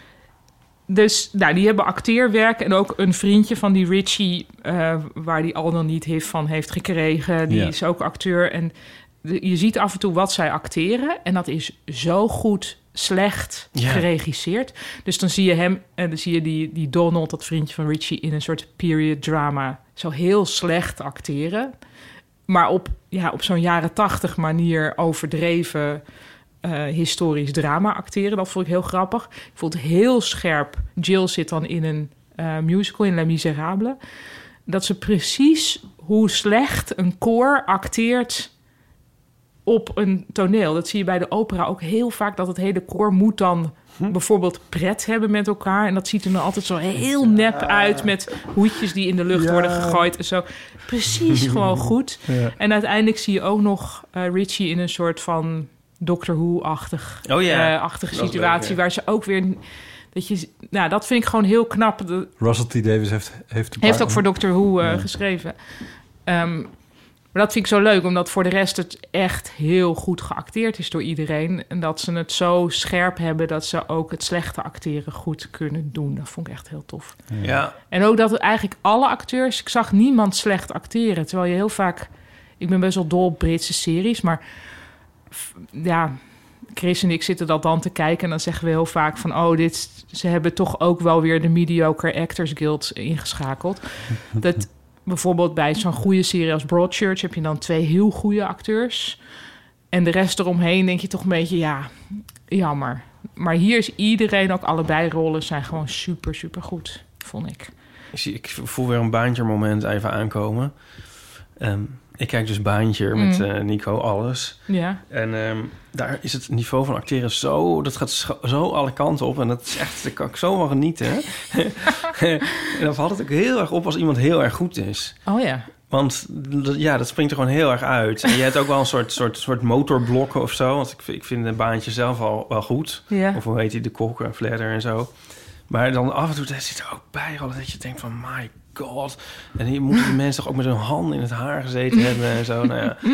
dus, nou, die hebben acteerwerk... en ook een vriendje van die Richie... Uh, waar die al dan niet heeft van heeft gekregen. Die ja. is ook acteur. En de, je ziet af en toe wat zij acteren... en dat is zo goed... slecht ja. geregisseerd. Dus dan zie je hem en dan zie je die, die Donald, dat vriendje van Richie, in een soort period drama zo heel slecht acteren. Maar op, ja, op zo'n jaren tachtig manier overdreven uh, historisch drama acteren. Dat vond ik heel grappig. Ik vond het heel scherp. Jill zit dan in een uh, musical in Les Miserables. Dat ze precies hoe slecht een koor acteert op een toneel. Dat zie je bij de opera ook heel vaak... dat het hele koor moet dan hm? bijvoorbeeld pret hebben met elkaar. En dat ziet er dan altijd zo heel nep uit... met hoedjes die in de lucht ja. worden gegooid en zo. Precies gewoon goed. Ja. En uiteindelijk zie je ook nog uh, Richie in een soort van Doctor Who-achtig, oh ja. uh, achtige situatie... Leuk, ja. waar ze ook weer... Dat, je, nou, dat vind ik gewoon heel knap. De, Russell T. Davies heeft... Heeft, heeft ook voor Doctor Who uh, ja. geschreven. Um, Maar dat vind ik zo leuk, omdat voor de rest het echt heel goed geacteerd is door iedereen. En dat ze het zo scherp hebben dat ze ook het slechte acteren goed kunnen doen. Dat vond ik echt heel tof. Ja. En ook dat het eigenlijk alle acteurs... Ik zag niemand slecht acteren. Terwijl je heel vaak... Ik ben best wel dol op Britse series, maar... Ja, Chris en ik zitten dat dan te kijken en dan zeggen we heel vaak van... oh, dit, ze hebben toch ook wel weer de Mediocre Actors Guild ingeschakeld. Dat... Bijvoorbeeld bij zo'n goede serie als Broadchurch... heb je dan twee heel goede acteurs. En de rest eromheen denk je toch een beetje... ja, jammer. Maar hier is iedereen, ook allebei rollen... zijn gewoon super, super goed, vond ik. Ik, zie, ik voel weer een baantje moment even aankomen. Um, ik kijk dus Baantje mm. met uh, Nico, alles. Ja. En um, daar is het niveau van acteren zo... dat gaat scho- zo alle kanten op. En dat is echt... daar kan ik zo van genieten. En dan valt het ook heel erg op als iemand heel erg goed is. Oh ja. Want ja, dat springt er gewoon heel erg uit. En je hebt ook wel een soort, soort, soort motorblokken of zo. Want ik, ik vind een Baantje zelf al wel goed. Ja. Of hoe heet die, de Kok en Fledder en zo. Maar dan af en toe zit er ook bij dat je denkt van... my god. En hier moeten die mensen toch ook met hun hand in het haar gezeten hebben en zo. Nou ja,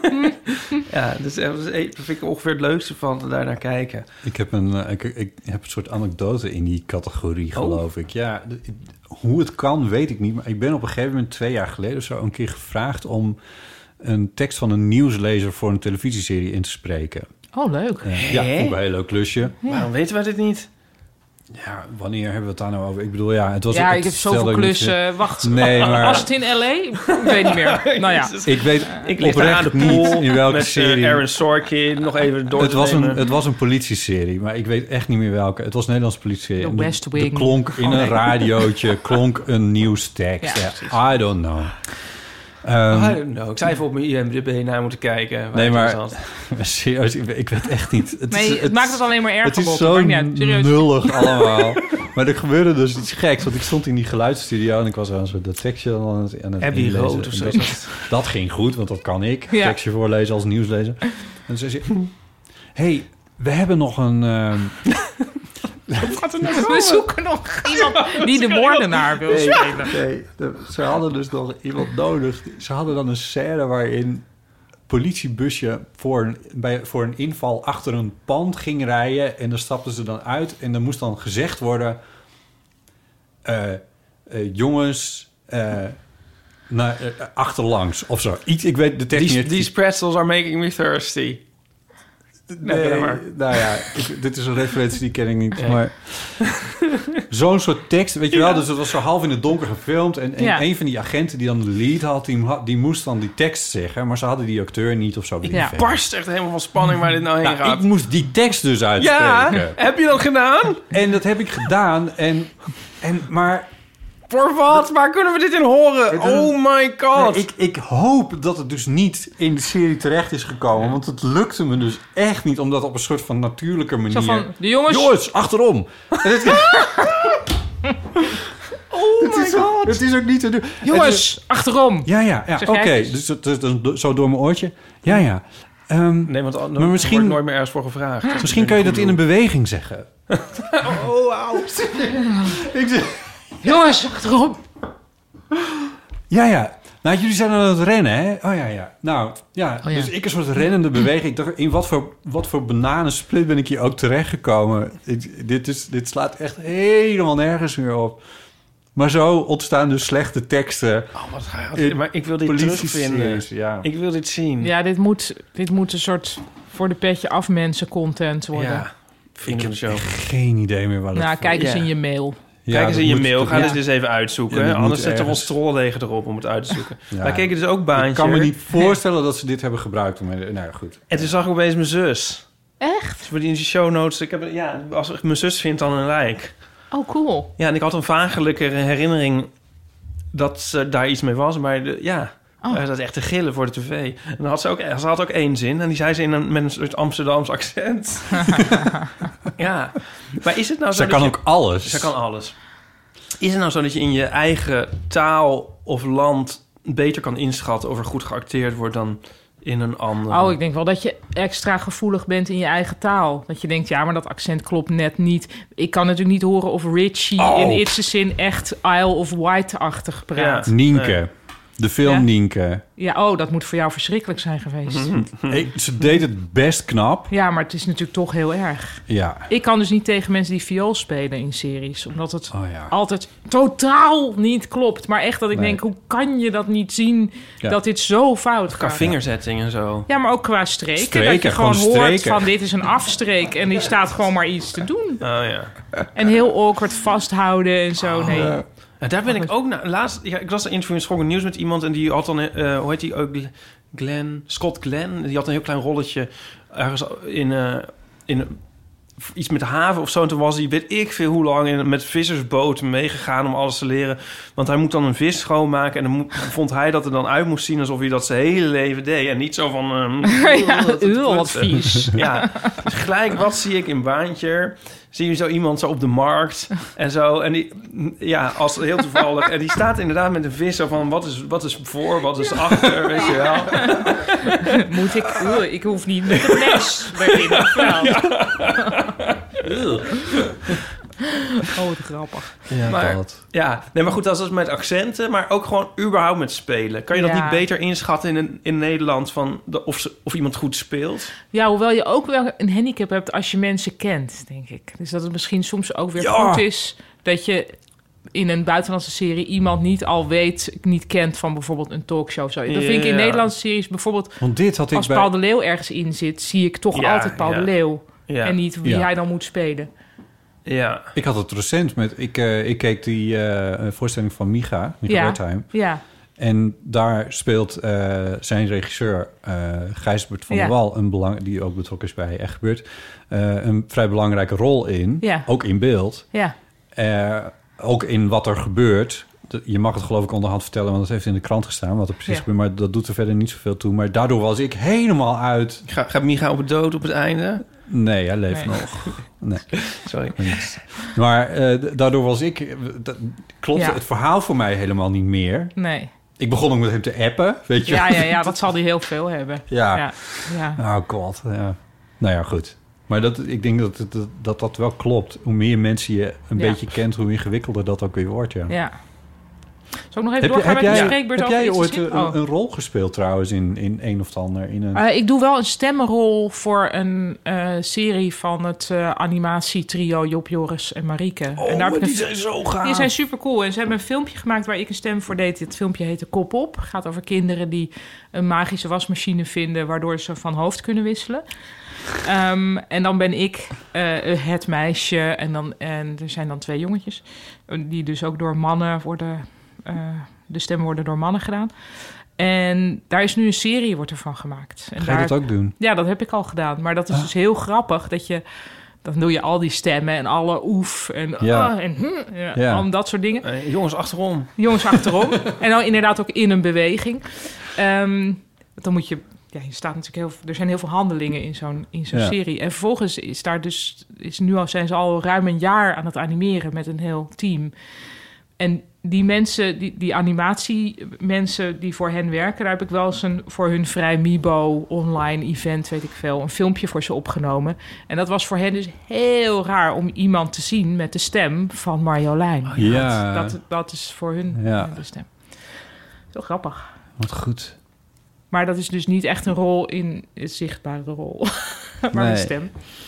ja dus dat vind ik ongeveer het leukste van daar naar kijken. Ik heb een, uh, ik, ik heb een soort anekdote in die categorie, geloof oh. ik. Ja, de, hoe het kan, weet ik niet. Maar ik ben op een gegeven moment twee jaar geleden of zo een keer gevraagd om een tekst van een nieuwslezer voor een televisieserie in te spreken. Oh, leuk. Uh, ja, vond ik een heel leuk klusje. Ja. Waarom weten we dit niet? Ja, wanneer hebben we het daar nou over? Ik bedoel, ja, het was... Ja, het, ik heb zoveel klussen. Niet... Wacht, nee, maar... was het in L A? Ik weet niet meer. Nou ja. Ik weet ik lig daar aan de niet in welke met, serie... Uh, Aaron Sorkin, nog even door het te was nemen. een Het was een politieserie, maar ik weet echt niet meer welke. Het was een Nederlandse politieserie. The West Wing. Er klonk in oh, nee. een radiootje, klonk een nieuwstekst. Ja, ja, I don't know. Um, I don't know. Ik zou even op mijn I M D B naar moeten kijken. Nee, maar serieus, ik, ik weet echt niet. Het, nee, is, het, het maakt het alleen maar erger. Het is zo nullig allemaal. Maar er gebeurde dus iets geks. Want ik stond in die geluidsstudio en ik was aan zo'n tekstje aan het, aan het Abbey inlezen. Road of zo. Dat, dat ging goed, want dat kan ik. Ja. Tekstje voorlezen als nieuwslezer. En toen zei ze... hey, we hebben nog een... Uh, We zoeken nog iemand die de moordenaar wil nee, spelen. Nee, de, ze hadden dus nog iemand nodig. Ze hadden dan een scène waarin politiebusje voor een, bij, voor een inval achter een pand ging rijden. En dan stapten ze dan uit. En er moest dan gezegd worden... Uh, uh, jongens... Uh, naar, uh, achterlangs of zo. Iets, ik weet de techniek niet. These pretzels are making me thirsty. Nee, nee nou ja, ik, dit is een referentie die ken ik niet. Nee. Maar zo'n soort tekst, weet je wel, ja. Dus het was zo half in het donker gefilmd. En, en ja. een van die agenten die dan de lead had die, die moest dan die tekst zeggen. Maar ze hadden die acteur niet of zo. Ja, barst echt helemaal van spanning waar dit nou heen nou, gaat. Ik moest die tekst dus uitspreken. Ja, heb je dat gedaan? En dat heb ik gedaan. En, en, maar... Voor wat? Waar kunnen we dit in horen? Oh my god. Nee, ik, ik hoop dat het dus niet in de serie terecht is gekomen. Want het lukte me dus echt niet. Om dat op een soort van natuurlijke manier... Zo van, de jongens... Jongens, achterom. Oh my god. Het is ook niet te doen. Jongens, is... achterom. Ja, ja, ja. Oké. Okay. Dus, dus, dus zo door mijn oortje. Ja, ja. Um, nee, want dan maar misschien wordt nooit meer ergens voor gevraagd. Hm. Misschien kan je dat in een beweging zeggen. Oh, wauw. Ik zeg... Jongens, achterom. Ja, ja. Nou, jullie zijn aan het rennen, hè? Oh ja, ja. Nou, ja. Oh, ja. Dus ik een soort rennende beweging. Ik dacht, in wat voor, wat voor bananensplit ben ik hier ook terechtgekomen? Ik, dit, is, dit slaat echt helemaal nergens meer op. Maar zo ontstaan dus slechte teksten. Oh, wat ga je... Maar ik wil dit terugvinden. Ja. Ik wil dit zien. Ja, dit moet, dit moet een soort voor de petje af mensen content worden. Ja, ik heb zo. Geen idee meer wat het Nou, kijk eens ja. in je mail. Ja, Kijk eens in je moet, mail. Ga ja. dit eens even uitzoeken. Ja, anders zetten we ons trollegen erop om het uit te zoeken. Ja. Wij keken dus ook Baantje. Ik kan me niet voorstellen dat ze dit hebben gebruikt. Om, nou ja, goed. En toen zag ik opeens mijn zus. Echt? Dus in die show notes. Ik heb, ja, als ik mijn zus vind, dan een like. Oh, cool. Ja, en ik had een vagelijke herinnering dat ze daar iets mee was. Maar de, ja, oh. Hij zat echt te gillen voor de tv. En dan had ze ook, ze had ook één zin. En die zei ze in een, met een soort Amsterdams accent. Ja. Maar is het nou zo Zij kan je, ook alles. Zij kan alles. Is het nou zo dat je in je eigen taal of land beter kan inschatten of er goed geacteerd wordt dan in een andere? Oh, ik denk wel dat je extra gevoelig bent in je eigen taal. Dat je denkt, ja, maar dat accent klopt net niet. Ik kan natuurlijk niet horen of Richie oh. in It's Sin echt Isle of Wight-achtig praat. Ja. Nienke. Nee. De film ja? Nienke. Ja, oh, dat moet voor jou verschrikkelijk zijn geweest. Hey, ze deed het best knap. Ja, maar het is natuurlijk toch heel erg. Ja. Ik kan dus niet tegen mensen die viool spelen in series. Omdat het oh, ja. altijd totaal niet klopt. Maar echt dat ik nee. denk, hoe kan je dat niet zien ja. dat dit zo fout gaat? Qua vingerzetting en zo. Ja, maar ook qua streken. streken dat je gewoon, gewoon hoort streken. van dit is een afstreek. En die staat gewoon maar iets te doen. Oh ja. En heel awkward vasthouden en zo. Oh, nee. Ja. En daar ben ik ook naar. Laatst, ja, ik las een interview in Schokken Nieuws met iemand en die had dan, uh, hoe heet die ook, Glenn, Scott Glenn. Die had een heel klein rolletje ergens in, uh, in iets met de haven of zo. En toen was hij, weet ik veel hoe lang, in, met vissersboten meegegaan om alles te leren. Want hij moet dan een vis schoonmaken en dan moet, vond hij dat er dan uit moest zien alsof hij dat zijn hele leven deed. En niet zo van... Um, ja, uw, wat vies. Ja, dus gelijk, wat zie ik in Baantje? Zie je zo iemand zo op de markt en zo. En die, ja, als heel toevallig. En die staat inderdaad met een vis zo van, wat is, wat is voor, wat is achter, weet je wel. Moet ik... Uh, ik hoef niet met een mes bij in het veld. Oh, wat grappig. Ja, maar, dat. Ja, nee, maar goed, dat is met accenten, maar ook gewoon überhaupt met spelen. Kan je dat ja. niet beter inschatten in, in Nederland van de, of, ze, of iemand goed speelt? Ja, hoewel je ook wel een handicap hebt als je mensen kent, denk ik. Dus dat het misschien soms ook weer ja. goed is dat je in een buitenlandse serie iemand niet al weet, niet kent van bijvoorbeeld een talkshow. Zo. Dat vind ik in ja. Nederlandse series bijvoorbeeld, Want dit had ik als bij... Paul de Leeuw ergens in zit, zie ik toch ja, altijd Paul ja. de Leeuw. Ja. En niet wie Ja. hij dan moet spelen. Ja. Ik had het recent met... Ik, uh, ik keek die uh, voorstelling van Micha, Micha Ja. Wertheim. Ja. En daar speelt uh, zijn regisseur uh, Gijsbert van Ja. der Wal... Een belang, die ook betrokken is bij Echt Gebeurd... Uh, een vrij belangrijke rol in. Ja. Ook in beeld. Ja. Uh, ook in wat er gebeurt. De, je mag het geloof ik onderhand vertellen... want het heeft in de krant gestaan wat er precies Ja. gebeurt... maar dat doet er verder niet zoveel toe. Maar daardoor was ik helemaal uit... Ga, gaat Micha op het dood op het einde? Nee, hij leeft Nee. nog. Nee. Sorry. Maar uh, d- daardoor was ik... Dat, klopte Ja. het verhaal voor mij helemaal niet meer. Nee. Ik begon ook met hem te appen, weet je. Ja, ja, ja, dat zal hij heel veel hebben. Ja. Ja. Ja. Oh god, ja. Nou ja, goed. Maar dat, ik denk dat, het, dat dat wel klopt. Hoe meer mensen je een Ja. beetje kent... hoe ingewikkelder dat ook weer wordt, ja. Ja. Zal ik nog even Heb, je, doorgaan heb met jij, de spreekbeurt heb over jij iets ooit te zien? een, Oh. een rol gespeeld trouwens in, in een of het ander? In een... Uh, ik doe wel een stemmenrol voor een uh, serie van het uh, animatietrio Job, Joris en Marieke. Oh, en daar maar heb ik die een, zijn zo gaaf. Die zijn super cool. En ze hebben een filmpje gemaakt waar ik een stem voor deed. Het filmpje heette Kop Op. Het gaat over kinderen die een magische wasmachine vinden... waardoor ze van hoofd kunnen wisselen. Um, en dan ben ik uh, het meisje. En, dan, en er zijn dan twee jongetjes. Die dus ook door mannen worden... Uh, de stemmen worden door mannen gedaan. En daar is nu een serie wordt ervan gemaakt. En Ga je daar, dat ook doen? Ja, dat heb ik al gedaan. Maar dat is Ah. dus heel grappig dat je... Dan doe je al die stemmen en alle oef en, Ja. ah, en hm, ja, Ja. al dat soort dingen. Uh, jongens, achterom. Jongens achterom. En dan inderdaad ook in een beweging. Um, dan moet je ja, je staat natuurlijk heel, er zijn heel veel handelingen in zo'n, in zo'n Ja. serie. En vervolgens is daar dus, is nu al, zijn ze al ruim een jaar aan het animeren met een heel team. En die mensen, die, die animatiemensen die voor hen werken, daar heb ik wel eens een, voor hun Vrijmibo online event, weet ik veel, een filmpje voor ze opgenomen. En dat was voor hen dus heel raar om iemand te zien met de stem van Marjolein. Oh, ja. Dat, dat, dat is voor hun Ja. de stem. Zo grappig. Wat goed. Maar dat is dus niet echt een rol in een zichtbare rol. maar Nee. een stem.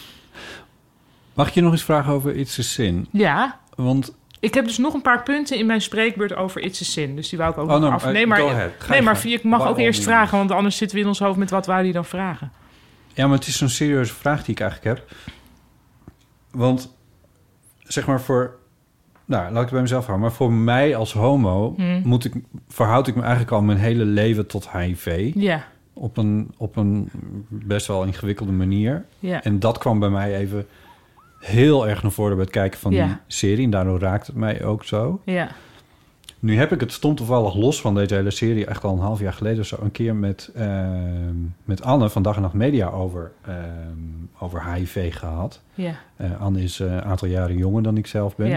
Mag ik je nog eens vragen over It's a Sin? Ja. Want... Ik heb dus nog een paar punten in mijn spreekbeurt over It's a Sin. Dus die wou ik ook Oh, nog nou, af. uh, Nee, maar, go ahead. Ga nee, je maar gang. ik mag Waarom ook eerst niet? vragen. Want anders zitten we in ons hoofd met wat wou die dan vragen. Ja, maar het is zo'n serieuze vraag die ik eigenlijk heb. Want, zeg maar voor... Nou, laat ik het bij mezelf houden. Maar voor mij als homo Hmm. moet ik, verhoud ik me eigenlijk al mijn hele leven tot H I V. Ja, Op een, op een best wel ingewikkelde manier. ja. En dat kwam bij mij even heel erg naar voren bij het kijken van Ja. die serie. En daardoor raakt het mij ook zo. Ja, Nu heb ik het stond toevallig los van deze hele serie... echt al een half jaar geleden of zo... een keer met, ehm, met Anne van Dag en Nacht Media over, ehm, over H I V gehad. ja, Eh, Anne is eh, een aantal jaren jonger dan ik zelf ben. ja.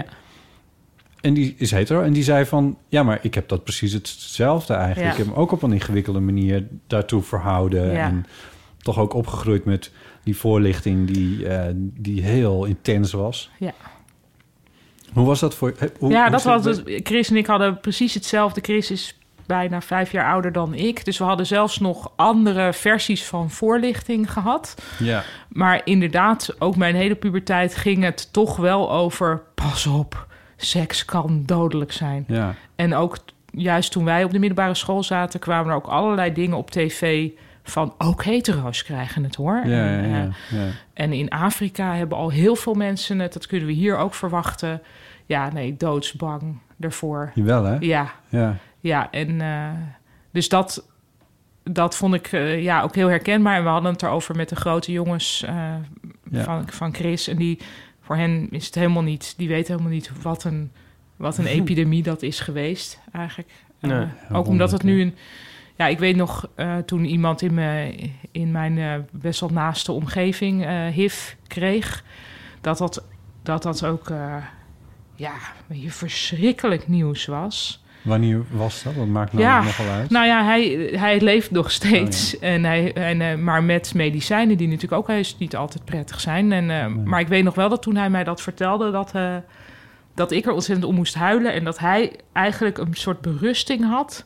En die is hetero. En die zei van... ja, maar ik heb dat precies hetzelfde eigenlijk. Ja. Ik heb me ook op een ingewikkelde manier daartoe verhouden. Ja. En toch ook opgegroeid met die voorlichting... die, eh, die heel intens was. Ja. Hoe was dat voor... he- Hoe, ja, hoe dat zit was het- dus, Chris en ik hadden precies hetzelfde. Chris is bijna vijf jaar ouder dan ik. Dus we hadden zelfs nog andere versies van voorlichting gehad. Ja. Maar inderdaad, ook mijn hele puberteit ging het toch wel over... pas op, seks kan dodelijk zijn. Ja. En ook t- juist toen wij op de middelbare school zaten... kwamen er ook allerlei dingen op tv van... ook hetero's krijgen het, hoor. Ja, ja, en, ja, eh, ja. en in Afrika hebben al heel veel mensen het. Dat kunnen we hier ook verwachten. Ja, nee, doodsbang ervoor. Jawel, hè? Ja, Ja. ja. En uh, dus dat, dat vond ik uh, ja, ook heel herkenbaar. En we hadden het erover met de grote jongens uh, Ja. van, van Chris. En die, voor hen is het helemaal niet... die weten helemaal niet wat een, wat een epidemie dat is geweest, eigenlijk. Uh, Nee. ook omdat het nu een... Ja, ik weet nog, uh, toen iemand in, me, in mijn uh, best wel naaste omgeving uh, H I V kreeg... dat dat, dat, dat ook uh, ja, weet je, verschrikkelijk nieuws was. Wanneer was dat? Dat maakt nou Ja, nogal uit. Nou ja, hij, hij leeft nog steeds. Oh, ja. en hij, en, uh, maar met medicijnen die natuurlijk ook heus niet altijd prettig zijn. En, uh, Nee. Maar ik weet nog wel dat toen hij mij dat vertelde... dat, uh, dat ik er ontzettend om moest huilen... en dat hij eigenlijk een soort berusting had...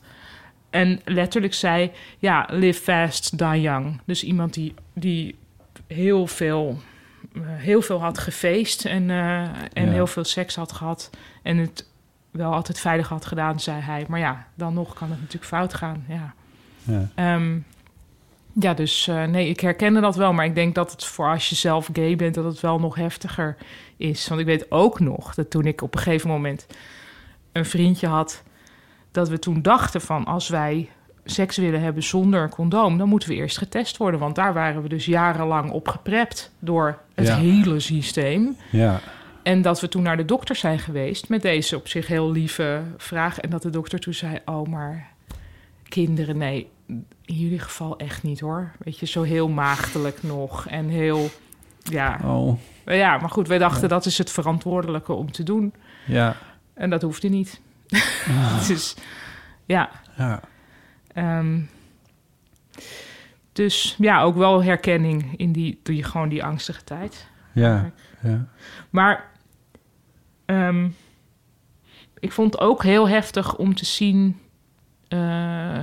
En letterlijk zei, ja, live fast, die young. Dus iemand die, die heel, veel, uh, heel veel had gefeest en, uh, en Ja. heel veel seks had gehad. En het wel altijd veilig had gedaan, zei hij. Maar ja, dan nog kan het natuurlijk fout gaan, ja. Ja. Um, ja, dus uh, nee, ik herkende dat wel. Maar ik denk dat het voor als je zelf gay bent... dat het wel nog heftiger is. Want ik weet ook nog dat toen ik op een gegeven moment... een vriendje had... dat we toen dachten van als wij seks willen hebben zonder condoom... dan moeten we eerst getest worden. Want daar waren we dus jarenlang op geprept door het Ja. hele systeem. Ja. En dat we toen naar de dokter zijn geweest met deze op zich heel lieve vraag. En dat de dokter toen zei, oh maar kinderen, nee, in jullie geval echt niet hoor. Weet je, zo heel maagdelijk nog en heel, ja... Oh. Ja, maar goed, wij dachten dat is het verantwoordelijke om te doen. Ja. En dat hoefde niet. Dus ja. Ja. Um, dus ja, ook wel herkenning in die, die gewoon die angstige tijd. Ja. Ja. Maar um, ik vond het ook heel heftig om te zien... Uh,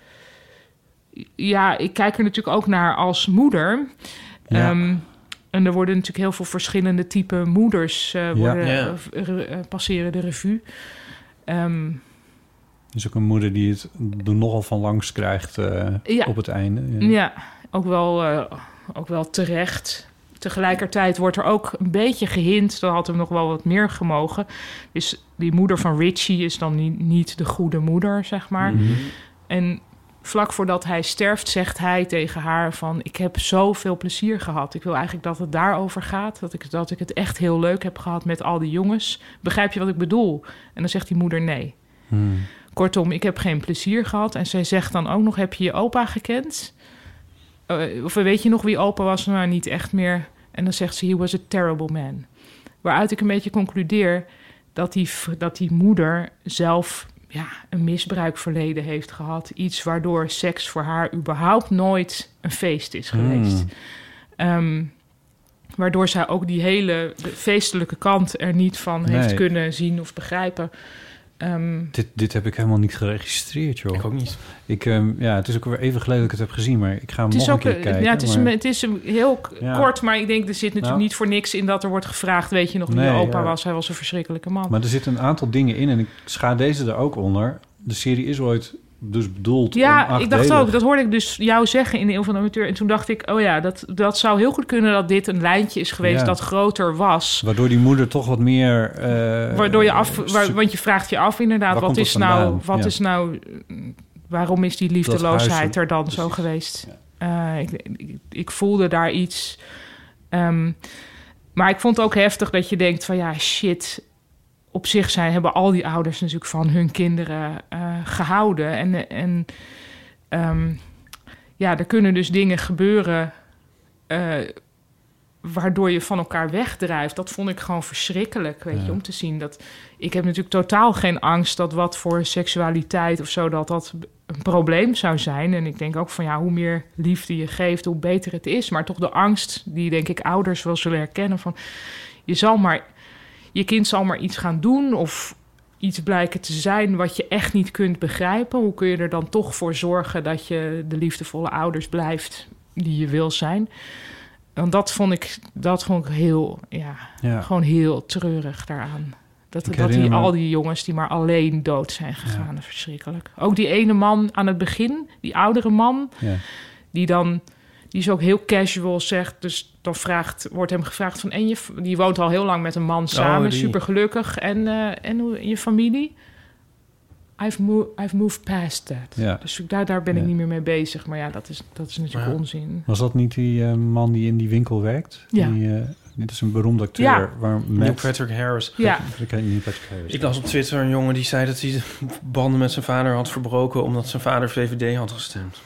ja, ik kijk er natuurlijk ook naar als moeder. Ja. Um, en er worden natuurlijk heel veel verschillende type moeders... Uh, worden, Ja. uh, re, uh, passeren de revue. Um, Dus ook een moeder die het er nogal van langs krijgt uh, ja. op het einde. Ja, ja ook, wel, uh, ook wel terecht. Tegelijkertijd wordt er ook een beetje gehint... dat had hem nog wel wat meer gemogen. Dus die moeder van Richie is dan niet, niet de goede moeder, zeg maar. Mm-hmm. En vlak voordat hij sterft zegt hij tegen haar van... ik heb zoveel plezier gehad. Ik wil eigenlijk dat het daarover gaat. Dat ik, dat ik het echt heel leuk heb gehad met al die jongens. Begrijp je wat ik bedoel? En dan zegt die moeder nee. Hmm. Kortom, ik heb geen plezier gehad. En zij zegt dan ook nog, heb je je opa gekend? Uh, of weet je nog wie opa was? Nou, niet echt meer. En dan zegt ze, he was a terrible man. Waaruit ik een beetje concludeer dat die, dat die moeder zelf ja, een misbruikverleden heeft gehad. Iets waardoor seks voor haar überhaupt nooit een feest is geweest. Mm. Um, waardoor zij ook die hele feestelijke kant er niet van nee. heeft kunnen zien of begrijpen. Um, dit, dit heb ik helemaal niet geregistreerd, joh. Ik ook niet. Ik, um, ja, het is ook weer even geleden dat ik het heb gezien, maar ik ga hem nog een keer kijken. Ja, het is, maar... een, het is een heel ja. kort, maar ik denk, er zit natuurlijk nou. niet voor niks in dat er wordt gevraagd, weet je nog wie nee, je opa ja. was? Hij was een verschrikkelijke man. Maar er zitten een aantal dingen in en ik schaar deze er ook onder. De serie is ooit dus bedoeld ja, om ik dacht ook, dat hoorde ik dus jou zeggen in de Eeuw van de Amateur. En toen dacht ik, oh ja, dat, dat zou heel goed kunnen dat dit een lijntje is geweest ja. dat groter was. Waardoor die moeder toch wat meer... Uh, Waardoor je af, waar, want je vraagt je af inderdaad, wat is nou, wat ja. is nou, waarom is die liefdeloosheid er dan precies. zo geweest? Ja. Uh, ik, ik, ik voelde daar iets. Um, maar ik vond het ook heftig dat je denkt van ja, shit. Op zich zijn, hebben al die ouders natuurlijk van hun kinderen uh, gehouden. En, en um, ja, er kunnen dus dingen gebeuren uh, waardoor je van elkaar wegdrijft. Dat vond ik gewoon verschrikkelijk, weet ja. je, om te zien. Dat, ik heb natuurlijk totaal geen angst dat wat voor seksualiteit of zo, dat dat een probleem zou zijn. En ik denk ook van ja, hoe meer liefde je geeft, hoe beter het is. Maar toch de angst die, denk ik, ouders wel zullen herkennen van je zal maar... Je kind zal maar iets gaan doen of iets blijken te zijn wat je echt niet kunt begrijpen. Hoe kun je er dan toch voor zorgen dat je de liefdevolle ouders blijft die je wil zijn? Want dat vond ik, dat vond ik heel, ja, ja. gewoon heel treurig daaraan. Dat, dat die, me... al die jongens die maar alleen dood zijn gegaan, ja. verschrikkelijk. Ook die ene man aan het begin, die oudere man, ja. die dan... Die is ook heel casual, zegt. Dus dan vraagt, wordt hem gevraagd van... En je, die woont al heel lang met een man samen, oh, super gelukkig. En, uh, en hoe, je familie? I've, mo- I've moved past that. Ja. Dus daar, daar ben ja. ik niet meer mee bezig. Maar ja, dat is, dat is natuurlijk ja. onzin. Was dat niet die uh, man die in die winkel werkt? Ja. Die, uh, dit is een beroemde acteur. Ja. Waar Neil Patrick Harris. Ja. Neil Patrick Harris. Ik las op Twitter een jongen die zei dat hij banden met zijn vader had verbroken... omdat zijn vader V V D had gestemd.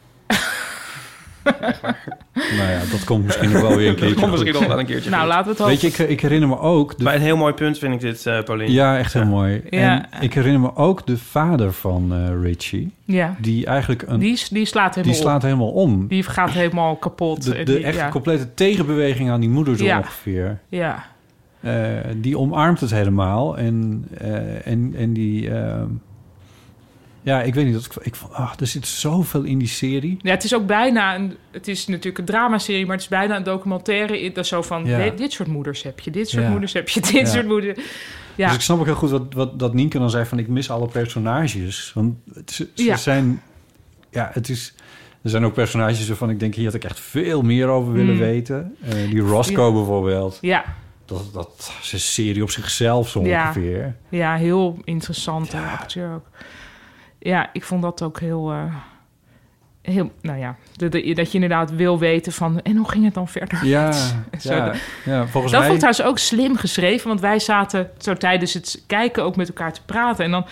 Nou ja, dat komt misschien nog wel weer een keertje. Dat komt misschien nog wel een keertje. Nou, laten we het Weet je, ik, ik herinner me ook... De... Bij een heel mooi punt vind ik dit, uh, Pauline. Ja, echt heel ja. mooi. Ja. En ik herinner me ook de vader van uh, Richie. Ja. Die eigenlijk... Een, die, die slaat helemaal Die slaat om. helemaal om. Die gaat helemaal kapot. De, de die, echt ja. complete tegenbeweging aan die moeder zo ja. ongeveer. Ja. Uh, die omarmt het helemaal. En, uh, en, en die... Uh, Ja, ik weet niet. Dat ik, ik vond, ach, er zit zoveel in die serie. Ja, het is ook bijna een... Het is natuurlijk een dramaserie, maar het is bijna een documentaire. Dat is zo van, ja. dit, dit soort moeders heb je, dit soort ja. moeders heb je, dit ja. soort moeders. Ja. Dus ik snap ook heel goed wat, wat dat Nienke dan zei van, ik mis alle personages. Want het, ze, ze ja. zijn... Ja, het is... Er zijn ook personages waarvan ik denk, hier had ik echt veel meer over willen mm. weten. Uh, die Roscoe ja. bijvoorbeeld. Ja. Dat, dat is een serie op zichzelf zo ja. ongeveer. Ja, heel interessant ja. acteur ook. Ja, ik vond dat ook heel... Uh, heel nou ja, de, de, dat je inderdaad wil weten van... En hoe ging het dan verder? Ja, zo, ja, ja volgens dat mij... vond ik trouwens ook slim geschreven. Want wij zaten zo tijdens het kijken ook met elkaar te praten. En dan...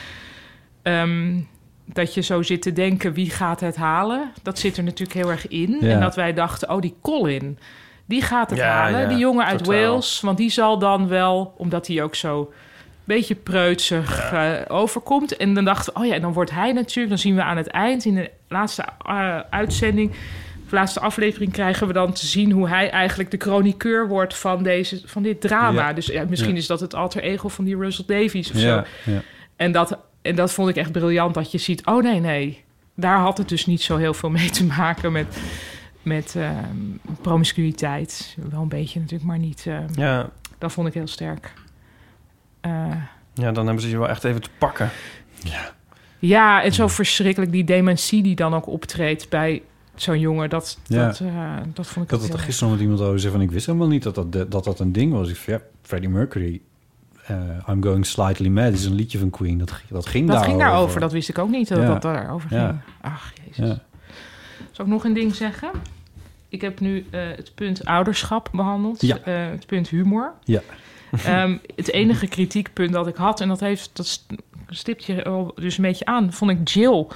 Um, dat je zo zit te denken, wie gaat het halen? Dat zit er natuurlijk heel erg in. Ja. En dat wij dachten, oh, die Colin... Die gaat het ja, halen, ja, die jongen uit totaal. Wales. Want die zal dan wel, omdat hij ook zo... beetje preutsig ja. uh, overkomt. En dan dachten we, oh ja, en dan wordt hij natuurlijk... dan zien we aan het eind, in de laatste uh, uitzending... de laatste aflevering krijgen we dan te zien... hoe hij eigenlijk de chroniqueur wordt van, deze, van dit drama. Ja. Dus ja, misschien ja. is dat het alter ego van die Russell Davies of ja. zo. Ja. En, dat, en dat vond ik echt briljant, dat je ziet... oh nee, nee, daar had het dus niet zo heel veel mee te maken... met, met uh, promiscuïteit. Wel een beetje natuurlijk, maar niet... Uh, ja. Dat vond ik heel sterk. Uh, ja, dan hebben ze je wel echt even te pakken. Ja, ja en zo verschrikkelijk die dementie die dan ook optreedt bij zo'n jongen. Dat, ja. dat, uh, dat vond ik ik had het er gisteren nog met iemand over zei van... ik wist helemaal niet dat dat, dat, dat een ding was. Ik ja, Freddie Mercury, uh, I'm Going Slightly Mad... is een liedje van Queen. Dat, dat ging dat daarover. ging daarover, dat wist ik ook niet dat ja. dat daarover ging. Ja. Ach, jezus. Ja. Zal ik nog een ding zeggen? Ik heb nu uh, het punt ouderschap behandeld. Ja. Uh, het punt humor. Ja. Um, het enige kritiekpunt dat ik had... en dat heeft dat stipt je dus een beetje aan... vond ik Jill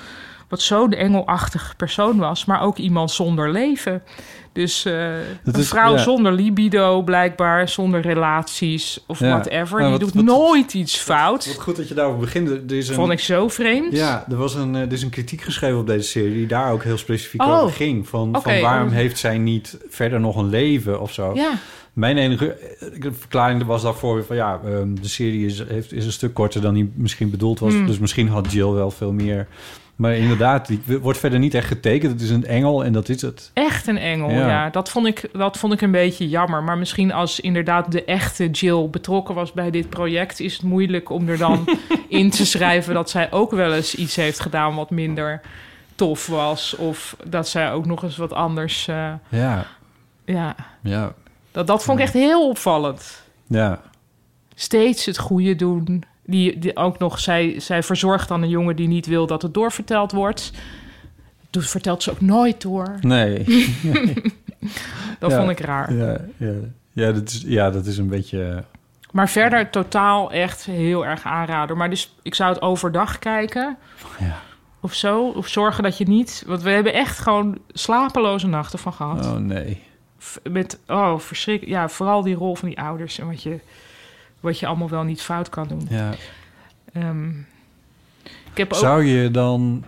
wat zo'n engelachtig persoon was, maar ook iemand zonder leven. Dus uh, een is, vrouw ja. zonder libido, blijkbaar, zonder relaties of Ja. whatever. Nou, die wat, doet wat, nooit iets fout. Wat goed dat je daarover begint. Er is een, Vond ik zo vreemd. Ja, er, was een, er is een kritiek geschreven op deze serie die daar ook heel specifiek Oh. over ging. Van, Okay. van waarom heeft zij niet verder nog een leven of zo? Ja. Mijn enige verklaring was daarvoor van ja, um, de serie is, heeft, is een stuk korter dan die misschien bedoeld was. Mm. Dus misschien had Jill wel veel meer. Maar inderdaad, die wordt verder niet echt getekend. Het is een engel en dat is het. Echt een engel, ja. Ja. Dat, vond ik, dat vond ik een beetje jammer. Maar misschien als inderdaad de echte Jill betrokken was bij dit project, is het moeilijk om er dan in te schrijven dat zij ook wel eens iets heeft gedaan wat minder tof was. Of dat zij ook nog eens wat anders... Uh, Ja, ja, ja, dat, dat vond ik echt heel opvallend. ja. Steeds het goede doen. Die, die ook nog, zij, zij verzorgt dan een jongen die niet wil dat het doorverteld wordt. Dat vertelt ze ook nooit door. Nee. Dat Ja. vond ik raar. Ja, ja. Ja, dat is, ja, dat is een beetje... Maar verder totaal echt heel erg aanrader. Maar dus ik zou het overdag kijken. Ja. Of zo. Of zorgen dat je niet... Want we hebben echt gewoon slapeloze nachten van gehad. Oh, nee. F- Met, oh, verschrikkelijk. Ja, vooral die rol van die ouders. En wat je, wat je allemaal wel niet fout kan doen. Ja. Um, ik heb ook... Zou je dan...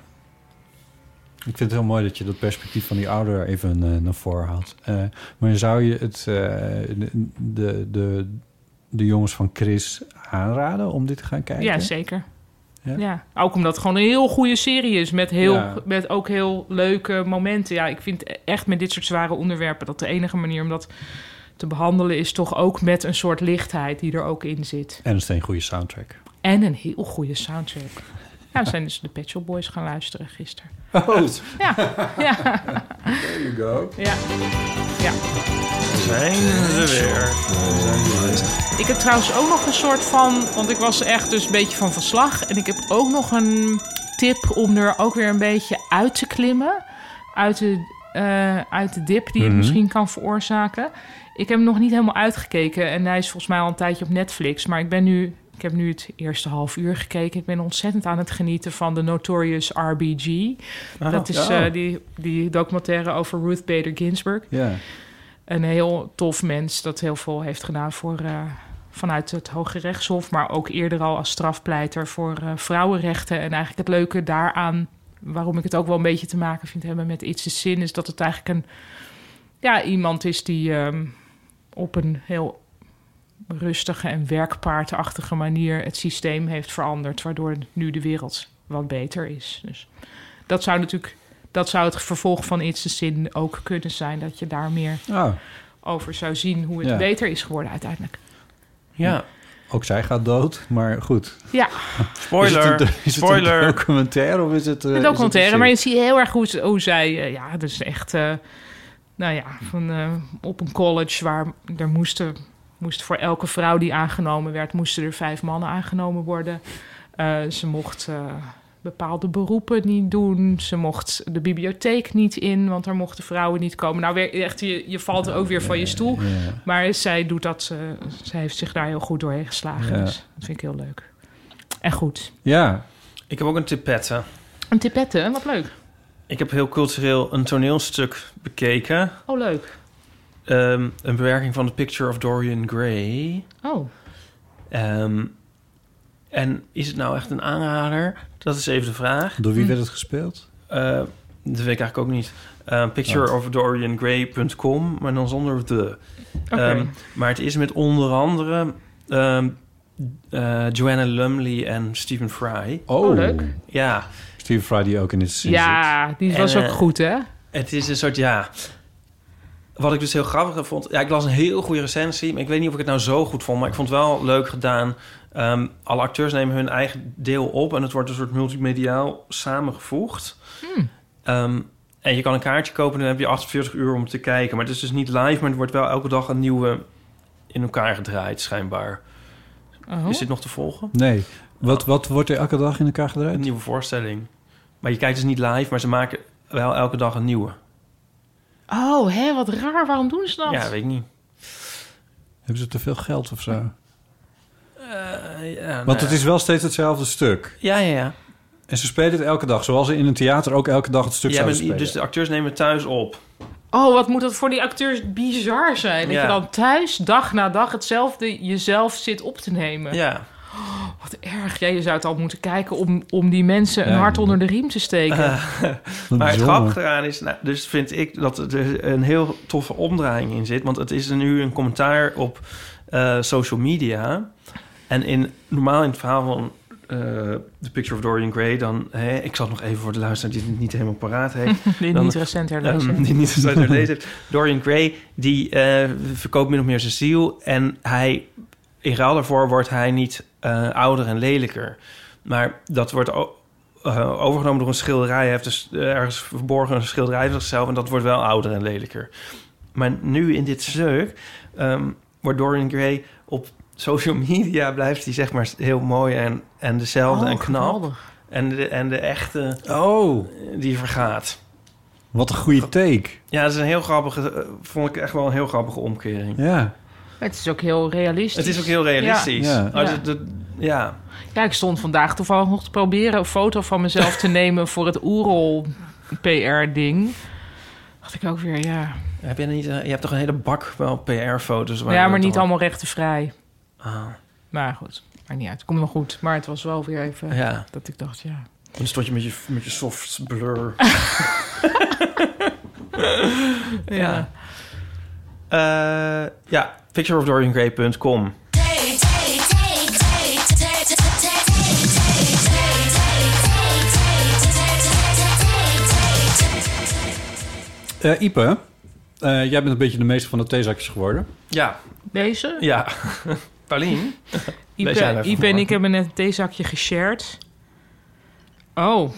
Ik vind het heel mooi dat je dat perspectief van die ouder even uh, naar voren haalt. Uh, maar zou je het, uh, de, de, de, de jongens van Chris aanraden om dit te gaan kijken? Ja, zeker. Ja? Ja, ook omdat het gewoon een heel goede serie is. Met, heel, Ja. met ook heel leuke momenten. Ja, ik vind echt met dit soort zware onderwerpen... dat de enige manier om dat te behandelen... is toch ook met een soort lichtheid die er ook in zit. En een goede soundtrack. En een heel goede soundtrack. Ja, we zijn dus de Pet Shop Boys gaan luisteren gisteren. Oh, Ja, ja, there you go. ja. ja. Zijn ze weer. Ik heb trouwens ook nog een soort van... want ik was echt dus een beetje van verslag... en ik heb ook nog een tip om er ook weer een beetje uit te klimmen... uit de, uh, uit de dip die het Mm-hmm. misschien kan veroorzaken. Ik heb hem nog niet helemaal uitgekeken... en hij is volgens mij al een tijdje op Netflix... maar ik ben nu... Ik heb nu het eerste half uur gekeken. Ik ben ontzettend aan het genieten van de Notorious R B G. Oh, dat is oh. uh, die, die documentaire over Ruth Bader Ginsburg. Ja. Een heel tof mens dat heel veel heeft gedaan voor, uh, vanuit het Hoge Rechtshof... maar ook eerder al als strafpleiter voor uh, vrouwenrechten. En eigenlijk het leuke daaraan, waarom ik het ook wel een beetje te maken vind hebben met It's a Sin... is dat het eigenlijk een ja, iemand is die um, op een heel rustige en werkpaardachtige manier... het systeem heeft veranderd, waardoor nu de wereld wat beter is. Dus dat zou natuurlijk... Dat zou het vervolg van It's a Sin ook kunnen zijn... dat je daar meer Oh, over zou zien hoe het Ja. beter is geworden uiteindelijk. Ja. ook zij gaat dood, maar goed. Ja, Spoiler. Is het een, is Spoiler. Het een documentaire of is het... Uh, een documentaire, is maar het je ziet heel erg hoe, ze- hoe zij... uh, ja, dus echt... Uh, nou ja, van, uh, op een college waar er moesten... moest voor elke vrouw die aangenomen werd... moesten er vijf mannen aangenomen worden. Uh, ze mocht... Uh, bepaalde beroepen niet doen. Ze mocht de bibliotheek niet in, want daar mochten vrouwen niet komen. Nou, weer, echt, je, je valt ook weer van je stoel. Ja. Maar zij doet dat, uh, zij heeft zich daar heel goed doorheen geslagen. Ja. Dus dat vind ik heel leuk. En goed. Ja. Ik heb ook een tipette. Een tipette, wat leuk. Ik heb heel cultureel een toneelstuk bekeken. Oh, leuk. Um, een bewerking van The Picture of Dorian Gray. Oh. Um, en is het nou echt een aanrader? Dat is even de vraag. Door wie Hm. werd het gespeeld? Uh, dat weet ik eigenlijk ook niet. Uh, picture of dorian gray punt com, maar dan zonder de. Okay. Um, maar het is met onder andere um, uh, Joanna Lumley en Stephen Fry. Oh, leuk. Ja. Stephen Fry die ook in het zin Ja, die was en, ook goed, hè? Het is een soort, ja... Wat ik dus heel grappig vond... Ja, ik las een heel goede recensie, maar ik weet niet of ik het nou zo goed vond, maar ik vond het wel leuk gedaan. Um, alle acteurs nemen hun eigen deel op en het wordt een soort multimediaal samengevoegd. Hmm. Um, en je kan een kaartje kopen en dan heb je achtenveertig uur om te kijken. Maar het is dus niet live, maar het wordt wel elke dag een nieuwe in elkaar gedraaid, schijnbaar. Oh. Is dit nog te volgen? Nee. Wat, wat wordt er elke dag in elkaar gedraaid? Een nieuwe voorstelling. Maar je kijkt dus niet live, maar ze maken wel elke dag een nieuwe. Oh, hè, wat raar. Waarom doen ze dat? Ja, weet ik niet. Hebben ze te veel geld of zo? Uh, ja, Want nou het ja. is wel steeds hetzelfde stuk. Ja, ja, ja. En ze spelen het elke dag, zoals ze in een theater ook elke dag het stuk Ja, zouden maar, spelen. dus de acteurs nemen het thuis op. Oh, wat moet dat voor die acteurs bizar zijn. Dat Ja. je dan thuis, dag na dag, hetzelfde jezelf zit op te nemen. Ja. Wat erg. Ja, je zou het al moeten kijken om, om die mensen een Ja, hart ja. onder de riem te steken. Uh, Wat maar het bijzonder. grappige eraan is, nou, dus vind ik dat er een heel toffe omdraaiing in zit. Want het is nu een commentaar op uh, social media. En in, normaal in het verhaal van uh, The Picture of Dorian Gray, dan... Hè, ik zal het nog even voor de luisteraar die het niet helemaal paraat heeft. Die dan, niet recent herlezen. Um, die niet recent herlezen heeft. Dorian Gray, die uh, verkoopt min of meer zijn ziel. En hij, in ruil daarvoor wordt hij niet uh, ouder en lelijker. Maar dat wordt o- uh, overgenomen door een schilderij. Hij heeft dus uh, ergens verborgen een schilderij van zichzelf... en dat wordt wel ouder en lelijker. Maar nu in dit stuk um, wordt Dorian Gray op social media... blijft hij zeg maar heel mooi en, en dezelfde Oh, en knap. geweldig. En de, en de echte, Oh, die vergaat. wat een goede take. Ja, dat is een heel grappige... uh, vond ik echt wel een heel grappige omkering. Ja. Het is ook heel realistisch. Het is ook heel realistisch. Ja. Ja. Ja. Oh, dat- dat- ja. Ja, ik stond vandaag toevallig nog te proberen... een foto van mezelf te nemen voor het Oerol P R-ding. Dacht ik ook weer, ja... Heb je, niet, uh, je hebt toch een hele bak wel P R-foto's? Ja, maar niet allemaal rechtenvrij. Ah, Maar goed, maakt niet uit. Komt wel goed. Maar het was wel weer even ja. dat ik dacht, ja... Dan stond je met je, met je soft blur. ja. Uh, ja, picture of dorian gray punt com. Uh, Ipe, uh, jij bent een beetje de meester van de theezakjes geworden. Ja, Deze? ja. Paulien? Lees jij Ipe, even Ipe en voor. ik hebben net een theezakje geshared. Oh.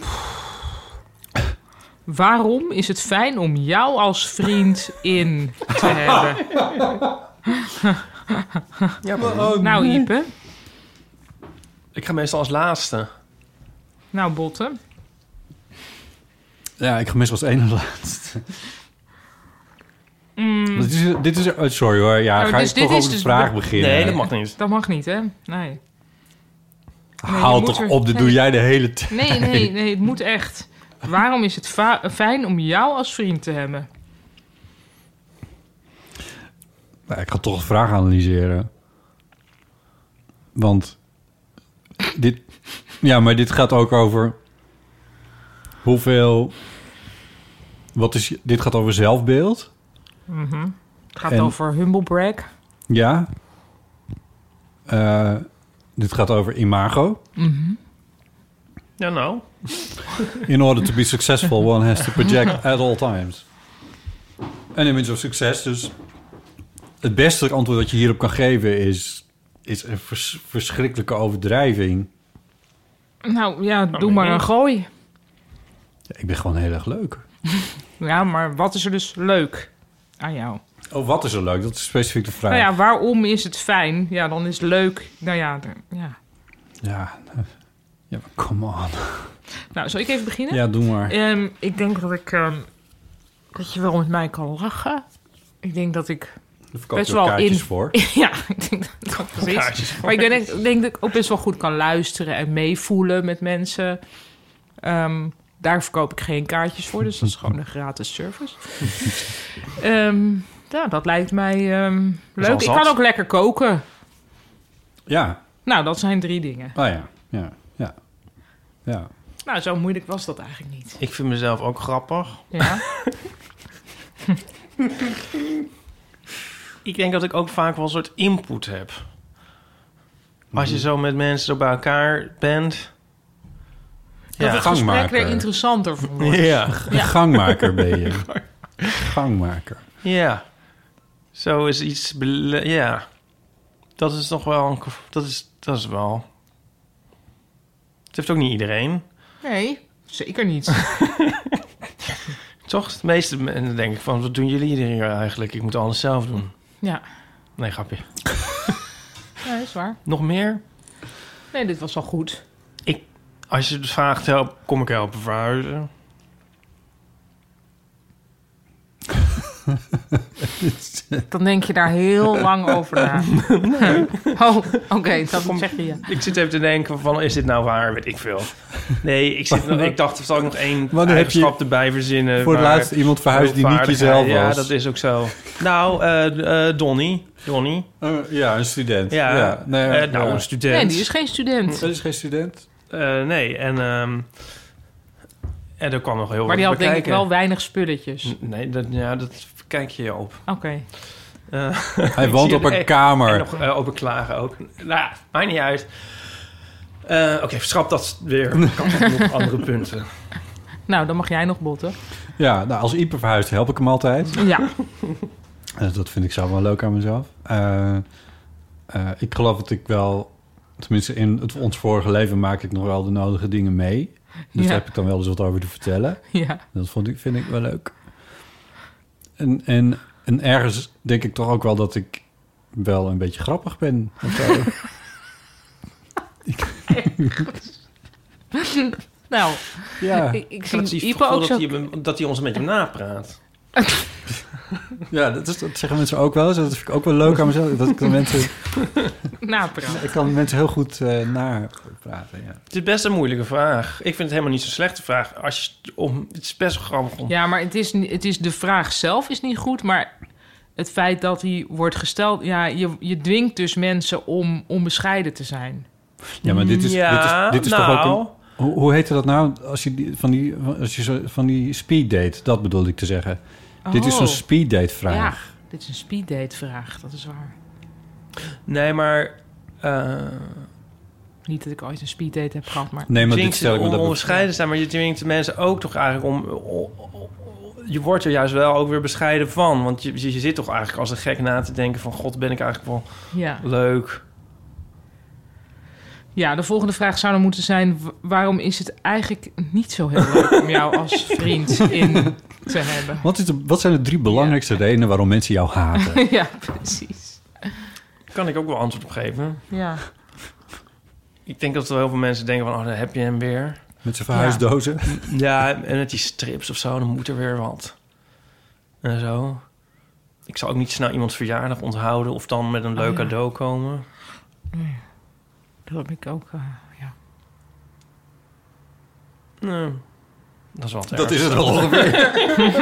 Waarom is het fijn om jou als vriend in te hebben? Ja, Paulien. Nou, Ipe. Ik ga meestal als laatste. Nou, Botte. Ja, ik ga meestal als ene laatste. Mm, Dit is, dit is, oh, sorry hoor, ja, Oh, ga dus ik dit toch is over de dus vraag be- beginnen? Nee, dat mag niet. dat mag niet, hè? Nee. Nee, je Haal moet toch er- op, dit nee. doe jij de hele tijd. Nee, nee, nee, het moet echt. Waarom is het va- fijn om jou als vriend te hebben? Nou, ik ga toch de vraag analyseren. Want dit... Ja, maar dit gaat ook over... Hoeveel... Wat is... Dit gaat over zelfbeeld. Mhm. Het gaat En- over humble brag. Ja. Uh, dit gaat over imago. Mhm. Ja, nou. In order to be successful, one has to project at all times. An image of success. Dus het beste antwoord dat je hierop kan geven is... is een vers- verschrikkelijke overdrijving. Nou ja, Nou, doe maar nee. een gooi. Ja, ik ben gewoon heel erg leuk. Ja, maar wat is er dus leuk aan jou? Oh, wat is er leuk? Dat is specifiek de vraag. Nou ja, waarom is het fijn? Ja, dan is leuk. Nou ja, d- ja. Ja, ja, maar come on. Nou, zal ik even beginnen? Ja, doe maar. Ehm, ik denk dat ik... ehm, dat je wel met mij kan lachen. Ik denk dat ik... Daar verkoop best je ook wel kaartjes in- voor. Ja, ik denk dat dat precies. Kaartjes voor. Maar ik denk, ik denk dat ik ook best wel goed kan luisteren en meevoelen met mensen. Ehm, daar verkoop ik geen kaartjes voor, dus dat is gewoon een gratis service. Ehm, ja, dat lijkt mij ehm, leuk. al Ik zat. kan ook lekker koken. Ja. Nou, dat zijn drie dingen. Oh ja. Ja. Ja. Ja. Nou, zo moeilijk was dat eigenlijk niet. Ik vind mezelf ook grappig. Ja, Ik denk dat ik ook vaak wel een soort input heb. Als je zo met mensen zo bij elkaar bent. dat het gesprek gangmaker. weer interessanter wordt. Ja. Een gangmaker ben je. Gangmaker. Ja. Zo is iets... bele- Ja. Dat is toch wel... Een, dat, is, dat is wel... Het heeft ook niet iedereen. Nee, zeker niet. Toch? Het meeste mensen denk ik van... Wat doen jullie hier eigenlijk? Ik moet alles zelf doen. Ja, Nee, grapje. ja dat is waar. Nog meer? Nee, dit was al goed. Als je het vraagt, help, kom ik helpen verhuizen? Dan denk je daar heel lang over na. Nee. Oh, oké, okay, dat zeg je ja. Ik zit even te denken van, is dit nou waar? Weet ik veel. Nee, ik, zit nog, ik dacht, er zal ik nog één Wanneer eigenschap erbij verzinnen. Voor het laatst iemand verhuisd die niet jezelf was. Ja, dat is ook zo. Nou, uh, uh, Donnie. Donnie. Uh, ja, een student. Ja, ja. Nee, uh, nou, ja. een student. Nee, die is geen student. Dat is geen student? Uh, nee, en... Um, en er kwam nog heel maar die wat had denk bekijken. ik wel weinig spulletjes. Nee, dat, ja, dat kijk je op. Oké. Okay. Uh, Hij woont op een en, kamer. En nog uh, over klagen ook. Nou ja, maakt niet uit. Uh, Oké, okay, schrap dat weer. Ik had nog andere punten. Nou, dan mag jij nog botten. Ja, nou, als Ieper verhuist help ik hem altijd. Ja. Uh, dat vind ik zelf wel leuk aan mezelf. Uh, uh, ik geloof dat ik wel... Tenminste, in het, ons vorige leven maak ik nog wel de nodige dingen mee. Dus ja. Daar heb ik dan wel eens wat over te vertellen. Ja. Dat vond ik, vind ik wel leuk. En, en, en ergens denk ik toch ook wel dat ik wel een beetje grappig ben. Of zo. Nou, ja. ik, ik zie Ipe ook dat zo... hij, dat hij ons een beetje napraat. Ja, dat, is, dat zeggen mensen ook wel eens. Dat vind ik ook wel leuk aan mezelf. Dat ik de mensen... Napraten. Ik kan mensen heel goed uh, napraten, ja. Het is best een moeilijke vraag. Ik vind het helemaal niet zo'n slechte vraag. Als je, om, het is best wel grappig om... Ja, maar het is, het is de vraag zelf is niet goed, maar het feit dat die wordt gesteld... Ja, je, je dwingt dus mensen om onbescheiden te zijn. Ja, maar dit is, ja, dit is, dit is nou, toch ook een... Hoe, hoe heette dat nou? Als je die, van die, als je zo, van die speed date, dat bedoelde ik te zeggen. Oh. Dit is zo'n speed date vraag. Ja, dit is een speed date vraag, dat is waar. Nee, maar... Uh... Niet dat ik ooit een speed date heb gehad, maar... Nee, maar dit stel ik me om dat onbescheiden zijn, maar je dwingt de mensen ook toch eigenlijk om... Je wordt er juist wel ook weer bescheiden van. Want je, je zit toch eigenlijk als een gek na te denken van... God, ben ik eigenlijk wel ja. leuk... Ja, de volgende vraag zou dan moeten zijn... waarom is het eigenlijk niet zo heel leuk om jou als vriend in te hebben? Wat, is de, wat zijn de drie belangrijkste ja. redenen waarom mensen jou haten? Ja, precies. Kan ik ook wel antwoord op geven? Ja. Ik denk dat er heel veel mensen denken van... oh, dan heb je hem weer. Met zijn verhuisdozen? Ja, ja en met die strips of zo, dan moet er weer wat. En zo. Ik zal ook niet snel iemands verjaardag onthouden... of dan met een leuk oh, ja. cadeau komen. Nee. Dat heb ik ook, uh, ja. Nee, dat is wel het Dat ergste. Is het wel ongeveer.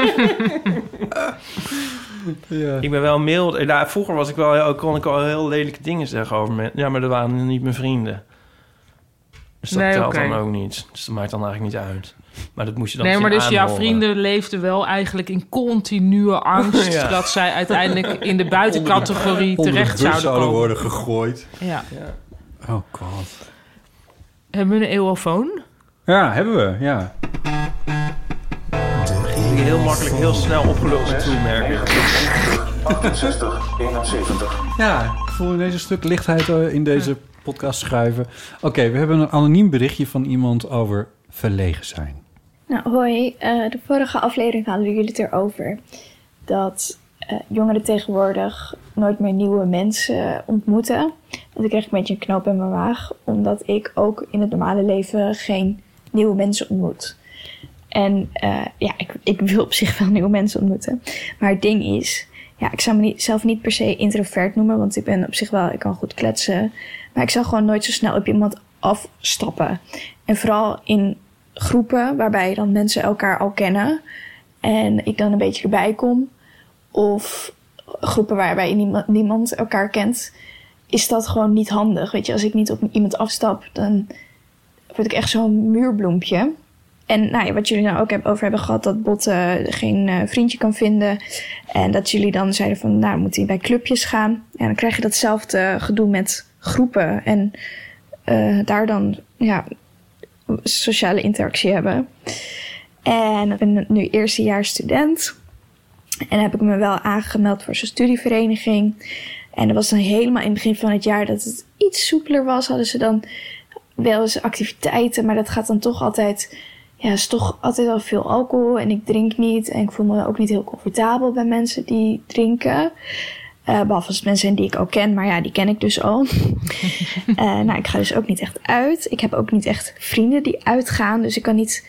Ja. Ik ben wel mild. Nou, vroeger was ik wel, kon ik al heel lelijke dingen zeggen over mensen. Ja, maar dat waren niet mijn vrienden. Dus dat nee, telt okay. dan ook niet. Dus dat maakt dan eigenlijk niet uit. Maar dat moest je dan Nee, maar dus aanhoren. jouw vrienden leefden wel eigenlijk in continue angst... Ja. dat zij uiteindelijk in de buitencategorie onder de, terecht onder zouden, zouden komen. worden gegooid. Ja. ja. Oh god. Hebben we een eeuwofoon? Ja, hebben we, ja. Die heel makkelijk, heel snel opgelost toemerken. achtenzestig, eenenzeventig. Ja, ik voel ineens een stuk lichtheid in deze podcast schuiven. Oké, okay, we hebben een anoniem berichtje van iemand over verlegen zijn. Nou, hoi. Uh, de vorige aflevering hadden jullie het erover dat uh, jongeren tegenwoordig nooit meer nieuwe mensen ontmoeten. En toen kreeg ik een beetje een knoop in mijn maag, omdat ik ook in het normale leven geen nieuwe mensen ontmoet. En uh, ja, ik, ik wil op zich wel nieuwe mensen ontmoeten. Maar het ding is, ja, ik zou me niet, zelf niet per se introvert noemen, want ik ben op zich wel, ik kan goed kletsen. Maar ik zou gewoon nooit zo snel op iemand afstappen. En vooral in groepen waarbij dan mensen elkaar al kennen en ik dan een beetje erbij kom. Of groepen waarbij niemand, niemand elkaar kent, is dat gewoon niet handig. Weet je, als ik niet op iemand afstap, dan word ik echt zo'n muurbloempje. En nou ja, wat jullie nou ook over hebben gehad, dat Botte geen uh, vriendje kan vinden. En dat jullie dan zeiden van, nou, dan moet hij bij clubjes gaan. En dan krijg je datzelfde gedoe met groepen. En uh, daar dan, ja, sociale interactie hebben. En ik ben nu eerstejaars student. En heb ik me wel aangemeld voor zo'n studievereniging. En dat was dan helemaal in het begin van het jaar dat het iets soepeler was. Hadden ze dan wel eens activiteiten, maar dat gaat dan toch altijd... Ja, is toch altijd wel veel alcohol en ik drink niet. En ik voel me ook niet heel comfortabel bij mensen die drinken. Uh, behalve als het mensen zijn die ik ook ken, maar ja, die ken ik dus al. uh, nou, ik ga dus ook niet echt uit. Ik heb ook niet echt vrienden die uitgaan. Dus ik kan niet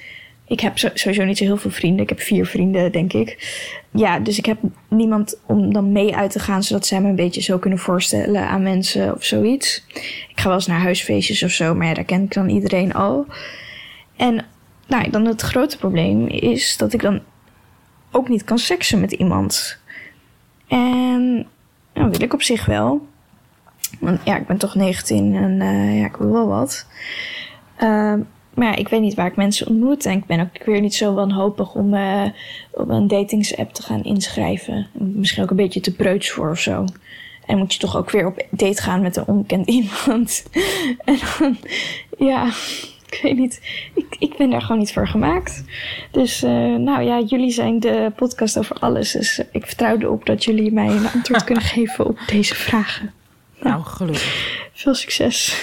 ik heb sowieso niet zo heel veel vrienden. Ik heb vier vrienden, denk ik. Ja, dus ik heb niemand om dan mee uit te gaan... zodat zij me een beetje zo kunnen voorstellen aan mensen of zoiets. Ik ga wel eens naar huisfeestjes of zo... maar ja, daar ken ik dan iedereen al. En nou, dan het grote probleem is dat ik dan ook niet kan seksen met iemand. En nou, wil ik op zich wel. Want ja, ik ben toch negentien en uh, ja, ik wil wel wat. Uh, maar ja, ik weet niet waar ik mensen ontmoet. En ik ben ook weer niet zo wanhopig om uh, op een datingsapp te gaan inschrijven. Misschien ook een beetje te preuts voor of zo. En moet je toch ook weer op date gaan met een onbekend iemand. En dan, ja, ik weet niet. Ik, ik ben daar gewoon niet voor gemaakt. Dus uh, nou ja, jullie zijn de podcast over alles. Dus ik vertrouw erop dat jullie mij een antwoord kunnen geven op deze vragen. Nou, nou gelukkig. Veel succes.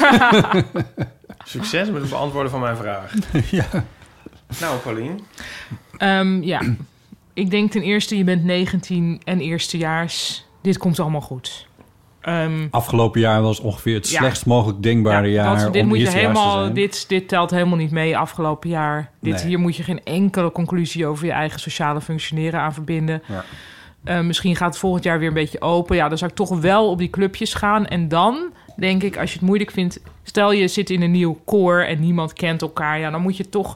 Succes met het beantwoorden van mijn vraag. Ja. Nou, Paulien. Um, ja, ik denk ten eerste, je bent negentien en eerstejaars. Dit komt allemaal goed. Um, Afgelopen jaar was ongeveer het ja. slechtst mogelijk denkbare ja, jaar want dit om moet je eerstejaars te helemaal, zijn. dit, dit telt helemaal niet mee afgelopen jaar. Dit, Nee. Hier moet je geen enkele conclusie over je eigen sociale functioneren aan verbinden. Ja. Uh, misschien gaat het volgend jaar weer een beetje open. Ja, dan zou ik toch wel op die clubjes gaan. En dan denk ik, als je het moeilijk vindt... stel je zit in een nieuw koor en niemand kent elkaar... ja, dan moet je toch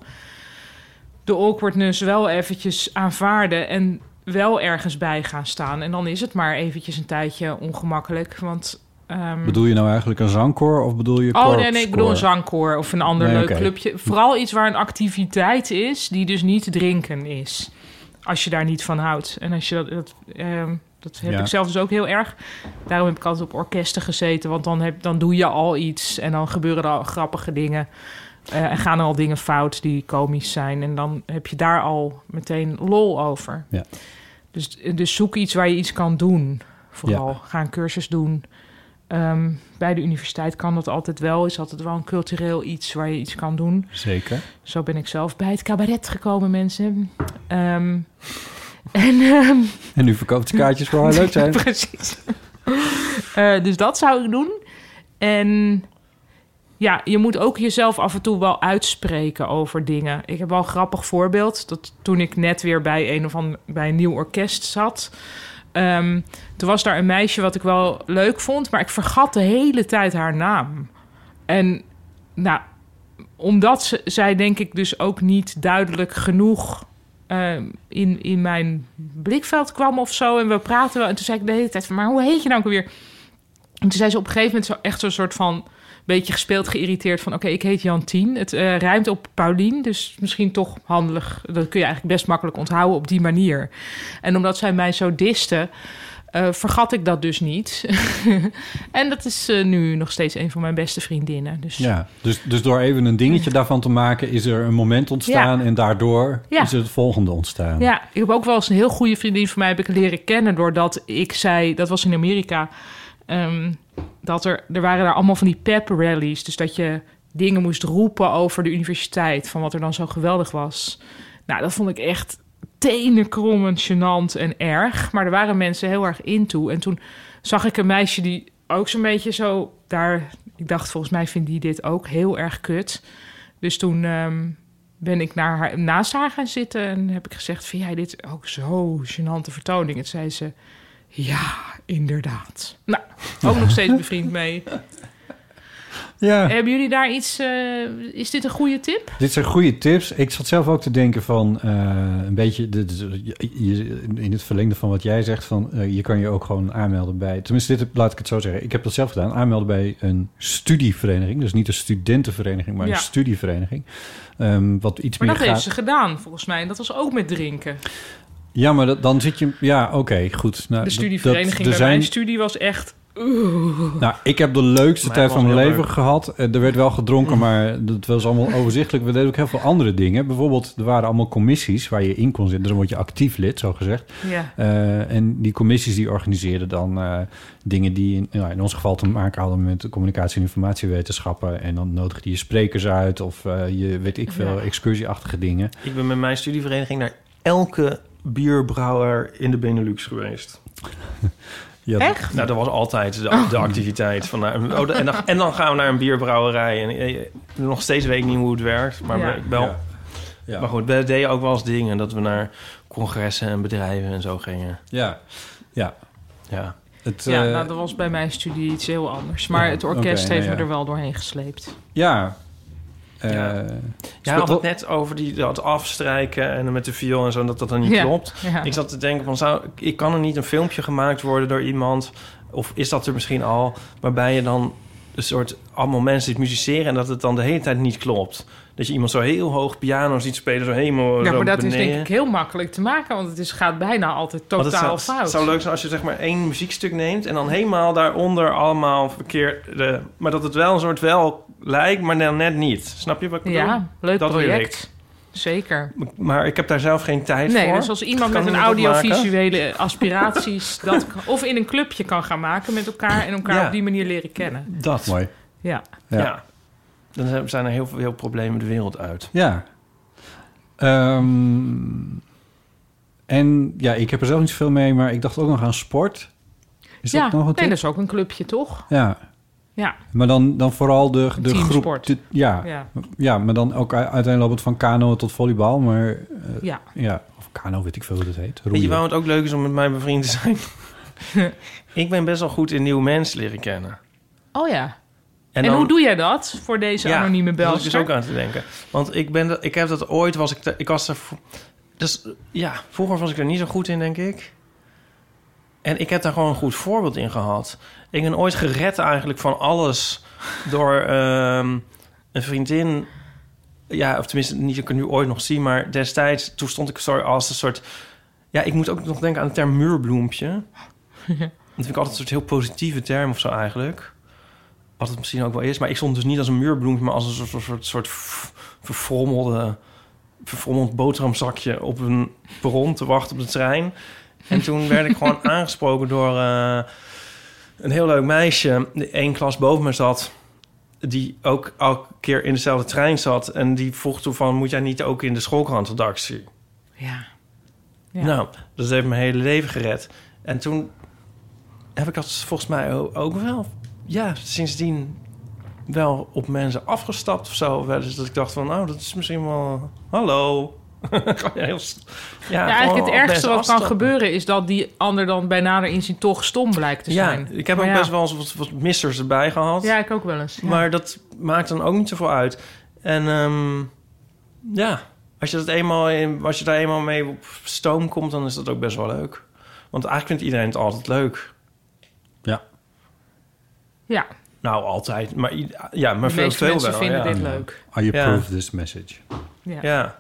de awkwardness wel eventjes aanvaarden... en wel ergens bij gaan staan. En dan is het maar eventjes een tijdje ongemakkelijk. Want, um... Bedoel je nou eigenlijk een zangkoor of bedoel je Oh, nee, nee, ik bedoel een zangkoor of een ander nee, leuk okay. clubje. Vooral iets waar een activiteit is die dus niet drinken is. Als je daar niet van houdt. En als je dat... dat um, Dat heb ja. ik zelf dus ook heel erg. Daarom heb ik altijd op orkesten gezeten. Want dan, heb, dan doe je al iets. En dan gebeuren er al grappige dingen. Uh, en gaan er al dingen fout die komisch zijn. En dan heb je daar al meteen lol over. Ja. Dus, dus zoek iets waar je iets kan doen. Vooral. Ja. Ga een cursus doen. Um, bij de universiteit kan dat altijd wel. Is altijd wel een cultureel iets waar je iets kan doen. Zeker. Zo ben ik zelf bij het cabaret gekomen, mensen. Um, En, um, en nu verkoopt ze kaartjes voor haar leuk zijn. Precies. uh, dus dat zou ik doen. En ja, je moet ook jezelf af en toe wel uitspreken over dingen. Ik heb wel een grappig voorbeeld. Dat toen ik net weer bij een of ander, bij een nieuw orkest zat... Um, toen was daar een meisje wat ik wel leuk vond... maar ik vergat de hele tijd haar naam. En nou, omdat ze, zij denk ik dus ook niet duidelijk genoeg... Uh, in, in mijn blikveld kwam of zo. En we praten wel. En toen zei ik de hele tijd van... maar hoe heet je nou ook weer? En toen zei ze op een gegeven moment... zo echt zo'n soort van... beetje gespeeld, geïrriteerd van... oké, okay, ik heet Jantien. Het uh, rijmt op Paulien. Dus misschien toch handig. Dat kun je eigenlijk best makkelijk onthouden op die manier. En omdat zij mij zo diste... Uh, vergat ik dat dus niet. En dat is uh, nu nog steeds een van mijn beste vriendinnen. Dus... Ja, dus, dus door even een dingetje daarvan te maken... is er een moment ontstaan ja. en daardoor ja. is er het volgende ontstaan. Ja, ik heb ook wel eens een heel goede vriendin van mij... heb ik leren kennen doordat ik zei... dat was in Amerika... Um, dat er, er waren daar allemaal van die pep rallies. Dus dat je dingen moest roepen over de universiteit... van wat er dan zo geweldig was. Nou, dat vond ik echt... tenenkrommend, gênant en erg. Maar er waren mensen heel erg into. En toen zag ik een meisje die ook zo'n beetje zo daar... Ik dacht, volgens mij vindt die dit ook heel erg kut. Dus toen um, ben ik naar haar, naast haar gaan zitten... en heb ik gezegd, vind jij dit ook zo gênante vertoning? En zei ze, ja, inderdaad. Nou, ook nog steeds bevriend mee... Ja. Hebben jullie daar iets... Uh, is dit een goede tip? Dit zijn goede tips. Ik zat zelf ook te denken van... Uh, een beetje de, de, je, in het verlengde van wat jij zegt... van uh, je kan je ook gewoon aanmelden bij... Tenminste, dit, laat ik het zo zeggen. Ik heb dat zelf gedaan. Aanmelden bij een studievereniging. Dus niet een studentenvereniging, maar ja. een studievereniging. Um, wat iets maar meer dat gaat... heeft ze gedaan, volgens mij. En dat was ook met drinken. Ja, maar dat, dan zit je... Ja, oké, okay, goed. Nou, de studievereniging dat, dat, bij zijn... mijn studie was echt... Oeh. Nou, ik heb de leukste Maar tijd van mijn leven leuk. gehad. Er werd wel gedronken, maar dat was allemaal overzichtelijk. We deden ook heel veel andere dingen. Bijvoorbeeld, er waren allemaal commissies waar je in kon zitten. Dus dan word je actief lid, zo gezegd. Ja. Uh, en die commissies die organiseerden dan uh, dingen die in, nou, in ons geval te maken hadden met communicatie- en informatiewetenschappen. En dan nodigde je sprekers uit of uh, je weet ik veel, ja. excursieachtige dingen. Ik ben met mijn studievereniging naar elke bierbrouwer in de Benelux geweest. Ja, echt? Nou, dat was altijd de, oh. de activiteit. Van, uh, oh, de, en, dan, en dan gaan we naar een bierbrouwerij. En uh, nog steeds weet ik niet hoe het werkt. Maar ja. ik wel... Ja. Maar goed, we deden ook wel eens dingen... dat we naar congressen en bedrijven en zo gingen. Ja, ja. Ja, het, ja uh, nou, dat was bij mijn studie iets heel anders. Maar ja, het orkest okay, heeft ja, ja. me er wel doorheen gesleept. Ja. Uh, ja, ja had het net over die, dat afstrijken en met de viool en zo... dat dat dan niet ja, klopt. Ja. Ik zat te denken van... Zou, ik kan er niet een filmpje gemaakt worden door iemand... of is dat er misschien al... waarbij je dan een soort... allemaal mensen die musiceren... en dat het dan de hele tijd niet klopt... Dat je iemand zo heel hoog piano ziet spelen, zo helemaal Ja, zo maar dat beneden. is denk ik heel makkelijk te maken... want het is, gaat bijna altijd totaal zou, fout. Het zou leuk zijn als je zeg maar één muziekstuk neemt... en dan helemaal daaronder allemaal verkeerde... maar dat het wel een soort wel lijkt, maar dan net niet. Snap je wat ik bedoel? Ja, leuk dat project. Zeker. Maar ik heb daar zelf geen tijd nee, voor. Nee, dus als iemand met een audiovisuele aspiraties... dat of in een clubje kan gaan maken met elkaar... en elkaar ja. op die manier leren kennen. Dat. Mooi. Ja. Ja. ja. Dan zijn er heel veel heel problemen de wereld uit. Ja. Um, en ja, ik heb er zelf niet zoveel mee, maar ik dacht ook nog aan sport. Is ja, dat nog een nee, dat is ook een clubje, toch? Ja. Ja. Maar dan, dan vooral de, de groep... De, ja, ja. ja, maar dan ook uiteenlopend van kano tot volleybal. Maar uh, ja. ja, of kano, weet ik veel hoe dat heet. Weet je waarom het ook leuk is om met mij bevriend te zijn? Ik ben best wel goed in nieuwe mensen leren kennen. Oh ja. En, en dan, hoe doe jij dat voor deze ja, anonieme belster? Ja, dat is dus ook aan te denken. Want ik, ben, ik heb dat ooit... was ik, te, ik was er... Dus ja, vroeger was ik er niet zo goed in, denk ik. En ik heb daar gewoon een goed voorbeeld in gehad. Ik ben ooit gered eigenlijk van alles... door um, een vriendin... Ja, of tenminste, niet dat ik het nu ooit nog zie... maar destijds, toen stond ik zo als een soort... Ja, ik moet ook nog denken aan de term muurbloempje. Dat vind ik altijd een soort heel positieve term of zo eigenlijk... Wat het misschien ook wel is. Maar ik stond dus niet als een muurbloempje... maar als een soort, soort, soort verfrommelde... verfrommeld boterhamzakje... op een perron te wachten op de trein. En toen werd ik gewoon aangesproken door... Uh, een heel leuk meisje... die één klas boven me zat... die ook elke keer in dezelfde trein zat... en die vroeg toen van... moet jij niet ook in de schoolkrantredactie? Ja. ja. Nou, dat heeft mijn hele leven gered. En toen heb ik dat volgens mij ook wel... ja, sindsdien wel op mensen afgestapt of zo. Dus dat ik dacht van, nou, dat is misschien wel... Hallo. heel, ja, ja, eigenlijk het ergste wat kan gebeuren... is dat die ander dan bij nader inzien toch stom blijkt te ja, zijn. Ik heb maar ook ja. best wel eens wat, wat missers erbij gehad. Ja, ik ook wel eens. Ja. Maar dat maakt dan ook niet zoveel uit. En um, ja, als je, dat eenmaal in, als je daar eenmaal mee op stoom komt... dan is dat ook best wel leuk. Want eigenlijk vindt iedereen het altijd leuk. Ja. Ja. Nou, altijd. Maar, ja, maar de veel, meeste veel mensen wel, vinden ja. dit leuk. I approve ja. this message. Ja. ja.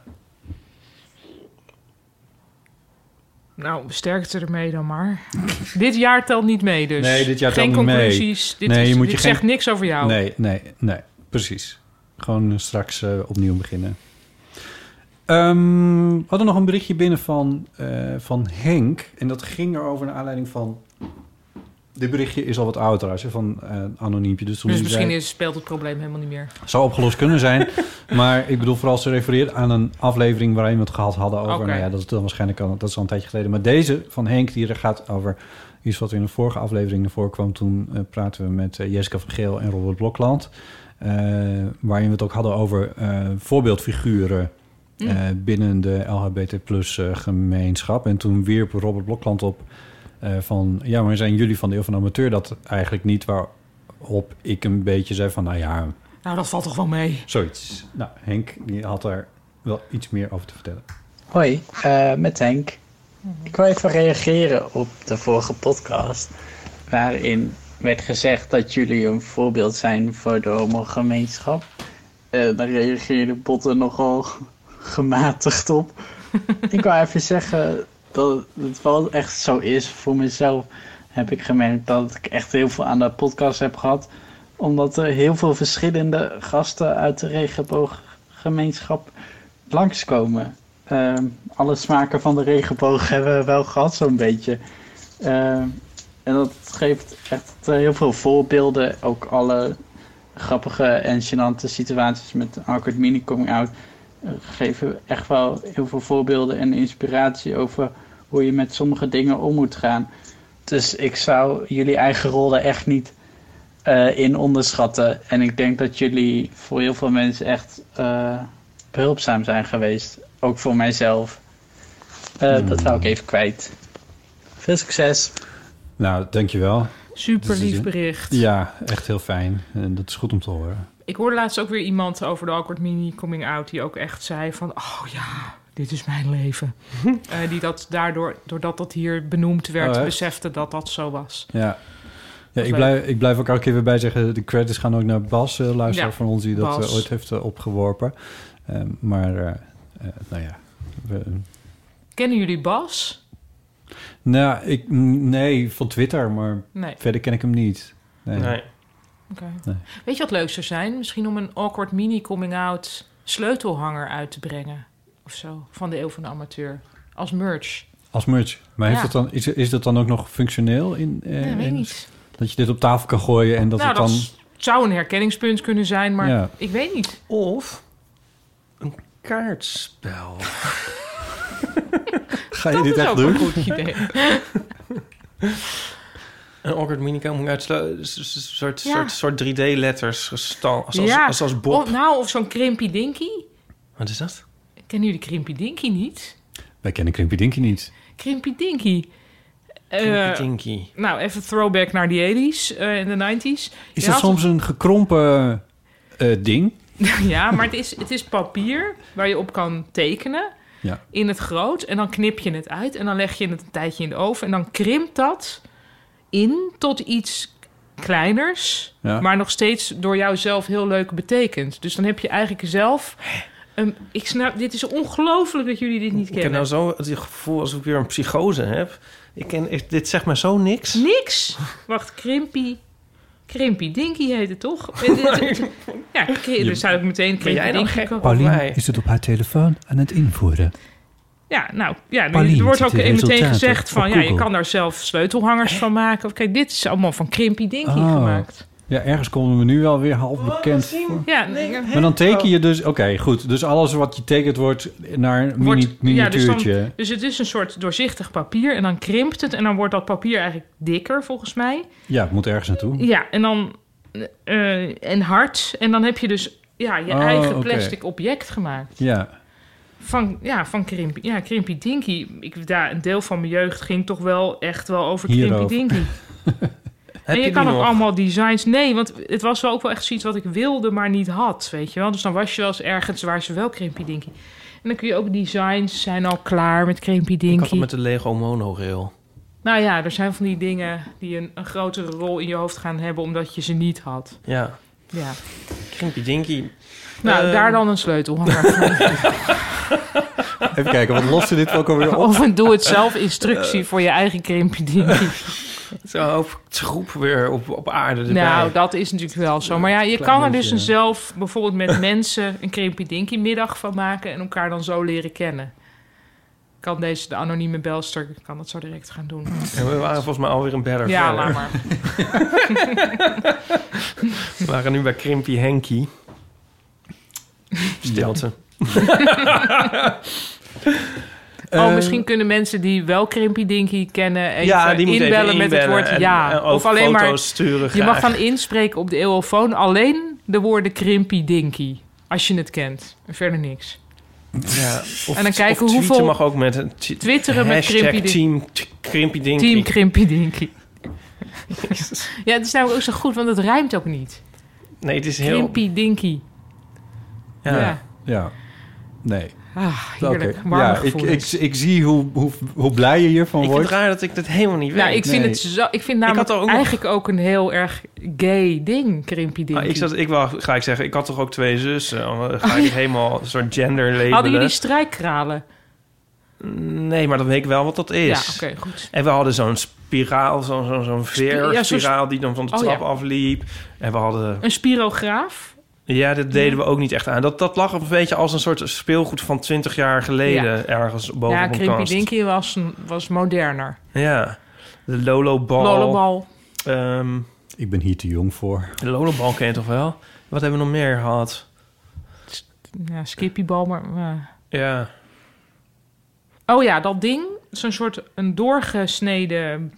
Nou, sterkte ermee dan maar. Dit jaar telt niet mee dus. Nee, dit jaar geen telt niet mee. Conclusies. Dit, nee, is, je moet dit je zegt geen... niks over jou. Nee, nee, nee. Precies. Gewoon uh, straks uh, opnieuw beginnen. Um, we hadden nog een berichtje binnen van, uh, van Henk. En dat ging erover naar aanleiding van... Dit berichtje is al wat ouder, als je van uh, anoniempje. Dus, dus misschien zei, is, speelt het probleem helemaal niet meer. Zou opgelost kunnen zijn. Maar ik bedoel vooral, ze refereert aan een aflevering... waarin we het gehad hadden over... Okay. Nou ja, dat is dan waarschijnlijk al, dat is al een tijdje geleden. Maar deze van Henk, die er gaat over... iets wat in de vorige aflevering naar voren kwam. Toen uh, praten we met uh, Jessica van Geel en Robert Blokland. Uh, waarin we het ook hadden over uh, voorbeeldfiguren... Mm. Uh, binnen de L H B T plus uh, gemeenschap. En toen wierp Robert Blokland op... Uh, van, ja, maar zijn jullie van de Eeuw van de Amateur dat eigenlijk niet? Waarop ik een beetje zei van, nou ja... Nou, dat valt toch wel mee? Zoiets. Nou, Henk, die had daar wel iets meer over te vertellen. Hoi, uh, met Henk. Ik wil even reageren op de vorige podcast... waarin werd gezegd dat jullie een voorbeeld zijn voor de homogemeenschap. Uh, daar reageerde Botten nogal gematigd op. Ik wil even zeggen... dat het wel echt zo is. Voor mezelf heb ik gemerkt dat ik echt heel veel aan de podcast heb gehad. Omdat er heel veel verschillende gasten uit de regenbooggemeenschap langskomen. Uh, alle smaken van de regenboog hebben we wel gehad zo'n beetje. Uh, en dat geeft echt heel veel voorbeelden. Ook alle grappige en gênante situaties met awkward mini coming out. Uh, geven echt wel heel veel voorbeelden en inspiratie over... hoe je met sommige dingen om moet gaan. Dus ik zou jullie eigen rol er echt niet uh, in onderschatten. En ik denk dat jullie voor heel veel mensen echt uh, behulpzaam zijn geweest. Ook voor mijzelf. Uh, mm. Dat wou ik even kwijt. Veel succes. Nou, dankjewel. Super lief bericht. Ja, echt heel fijn. En dat is goed om te horen. Ik hoorde laatst ook weer iemand over de Awkward Mini Coming Out... die ook echt zei van, oh ja, dit is mijn leven. uh, die dat daardoor, doordat dat hier benoemd werd, oh, besefte dat dat zo was. Ja. Ja, ik blijf, ik blijf ook elke keer weer bij zeggen... de credits gaan ook naar Bas, uh, luisteraar ja, van ons... die dat uh, ooit heeft uh, opgeworpen. Uh, maar, uh, uh, nou ja... We, uh, Kennen jullie Bas? Nou, ik, nee, van Twitter, maar nee. Verder ken ik hem niet. Nee. nee. Okay. nee. Weet je wat leuk zou zijn? Misschien om een Awkward Mini Coming Out sleutelhanger uit te brengen. Of zo, van de Eeuw van de Amateur. Als merch. Als merch. Maar heeft ja. dat dan, is, is dat dan ook nog functioneel? In, eh, nee, weet in, niet. Dat je dit op tafel kan gooien en dat nou, het dan... dat zou een herkenningspunt kunnen zijn, maar ja. ik weet niet. Of een kaartspel. Ga je dat dit echt doen? Dat is ook een goed idee. Een Awkward Mini Coming Out, een soort, ja. soort, soort drie D-letters gestal, als, ja. als, als Bob. Of, nou, of zo'n Krimpy Dinky. Wat is dat? Kennen jullie Krimpy Dinky niet? Wij kennen Krimpy Dinky niet. Krimpy Dinky. Krimpy Dinky. Uh, nou, even throwback naar de tachtiger uh, en de negentiger. Is dat soms een gekrompen uh, ding? Ja, maar het is, het is papier waar je op kan tekenen. Ja. In het groot. En dan knip je het uit. En dan leg je het een tijdje in de oven. En dan krimpt dat in tot iets kleiners. Ja. Maar nog steeds door jou zelf heel leuk betekend. Dus dan heb je eigenlijk zelf... Um, ik snap, dit is ongelooflijk dat jullie dit niet kennen. Ik heb nou zo het gevoel alsof ik weer een psychose heb. Ik ken, ik, dit zegt maar zo niks. Niks? Wacht, Krimpy... Krimpy Dinky heet het toch? Ja, dus zou ik meteen Krimpy Dinky kopen. Paulien is het op haar telefoon aan het invoeren. Ja, nou, ja, er wordt ook meteen gezegd van... ja, je kan daar zelf sleutelhangers van maken. Kijk, dit is allemaal van Krimpy Dinky oh. gemaakt. Ja, ergens komen we nu wel weer half bekend voor. Ja, nee, maar dan teken je dus... Oké, okay, goed. Dus alles wat je tekent wordt naar een mini, miniatuurtje. Ja, dus, dan, dus het is een soort doorzichtig papier. En dan krimpt het. En dan wordt dat papier eigenlijk dikker, volgens mij. Ja, het moet ergens naartoe. Ja, en dan... Uh, en hard. En dan heb je dus ja, je oh, eigen plastic okay. object gemaakt. Ja. Van, ja, van Krimpy, ja, Krimpy Dinky. Ik, daar, een deel van mijn jeugd ging toch wel echt wel over Krimpy Dinky. En je, je kan ook nog? allemaal designs... Nee, want het was wel ook wel echt zoiets wat ik wilde, maar niet had, weet je wel. Dus dan was je wel eens ergens waar ze wel Krimpy Dinky. En dan kun je ook designs zijn al klaar met Krimpy Dinky. Ik had het met de Lego monorail. Nou ja, er zijn van die dingen die een, een grotere rol in je hoofd gaan hebben... omdat je ze niet had. Ja. Ja. Krimpy Dinky. Nou, uh... daar dan een sleutelhanger. Even kijken, wat loste dit ook alweer op? Of een doe-het-zelf instructie uh... voor je eigen Krimpy Dinky. Zo'n hoop troep weer op, op aarde erbij. Nou, dat is natuurlijk wel zo. Maar ja, je Klein kan er dus een zelf bijvoorbeeld met mensen een Krimpy Dinky middag van maken... en elkaar dan zo leren kennen. Kan deze, de anonieme belster, kan dat zo direct gaan doen. En we waren volgens mij alweer een berg ja, verder. laat maar. We waren nu bij Krimpy Henky. Stilte. Oh, misschien kunnen mensen die wel Krimpy Dinky kennen... even ja, die inbellen even met het woord en, ja. En of alleen maar... Sturen, je graag. mag dan inspreken op de eeuwofoon alleen de woorden Krimpy Dinky. Als je het kent. En verder niks. Ja, of, en dan kijken of hoeveel... mag ook met een t- Twitteren met Krimpy Dinky. Team Krimpy Dinky. Team Krimpy Dinky. Ja, het is namelijk ook zo goed, want het rijmt ook niet. Nee, het is heel... Krimpy Dinky. Ja. Ja. ja. Nee. Ah, heerlijk. Okay. Ja, ik, ik, ik zie hoe, hoe, hoe blij je hiervan ik wordt. Ik vind het raar dat ik dat helemaal niet weet. Nou, ik vind nee. het zo... Ik vind namelijk ik ook eigenlijk nog... ook een heel erg gay ding, Krimpy Dinky. Ah, ik, zat, ik wou, ga ik zeggen, ik had toch ook twee zussen? Dan ga ik het helemaal een soort gender labelen. Hadden jullie strijkkralen? Nee, maar dan weet ik wel wat dat is. Ja, oké, okay, goed. En we hadden zo'n spiraal, zo'n zo'n zo'n veerspiraal... Ja, die dan van de trap oh, ja. afliep. En we hadden... Een spirograaf? Ja, dat deden ja. we ook niet echt aan. Dat, dat lag een beetje als een soort speelgoed van twintig jaar geleden... Ja. ergens boven ja, op een Krimpy kast. Dinky was, was moderner. Ja, de Lolo-bal. Lolo-bal. Um, ik ben hier te jong voor. De Lolo-bal ken je toch wel? Wat hebben we nog meer gehad? Ja, Skippybal, maar... Uh. Ja. Oh ja, dat ding. Zo'n soort een doorgesneden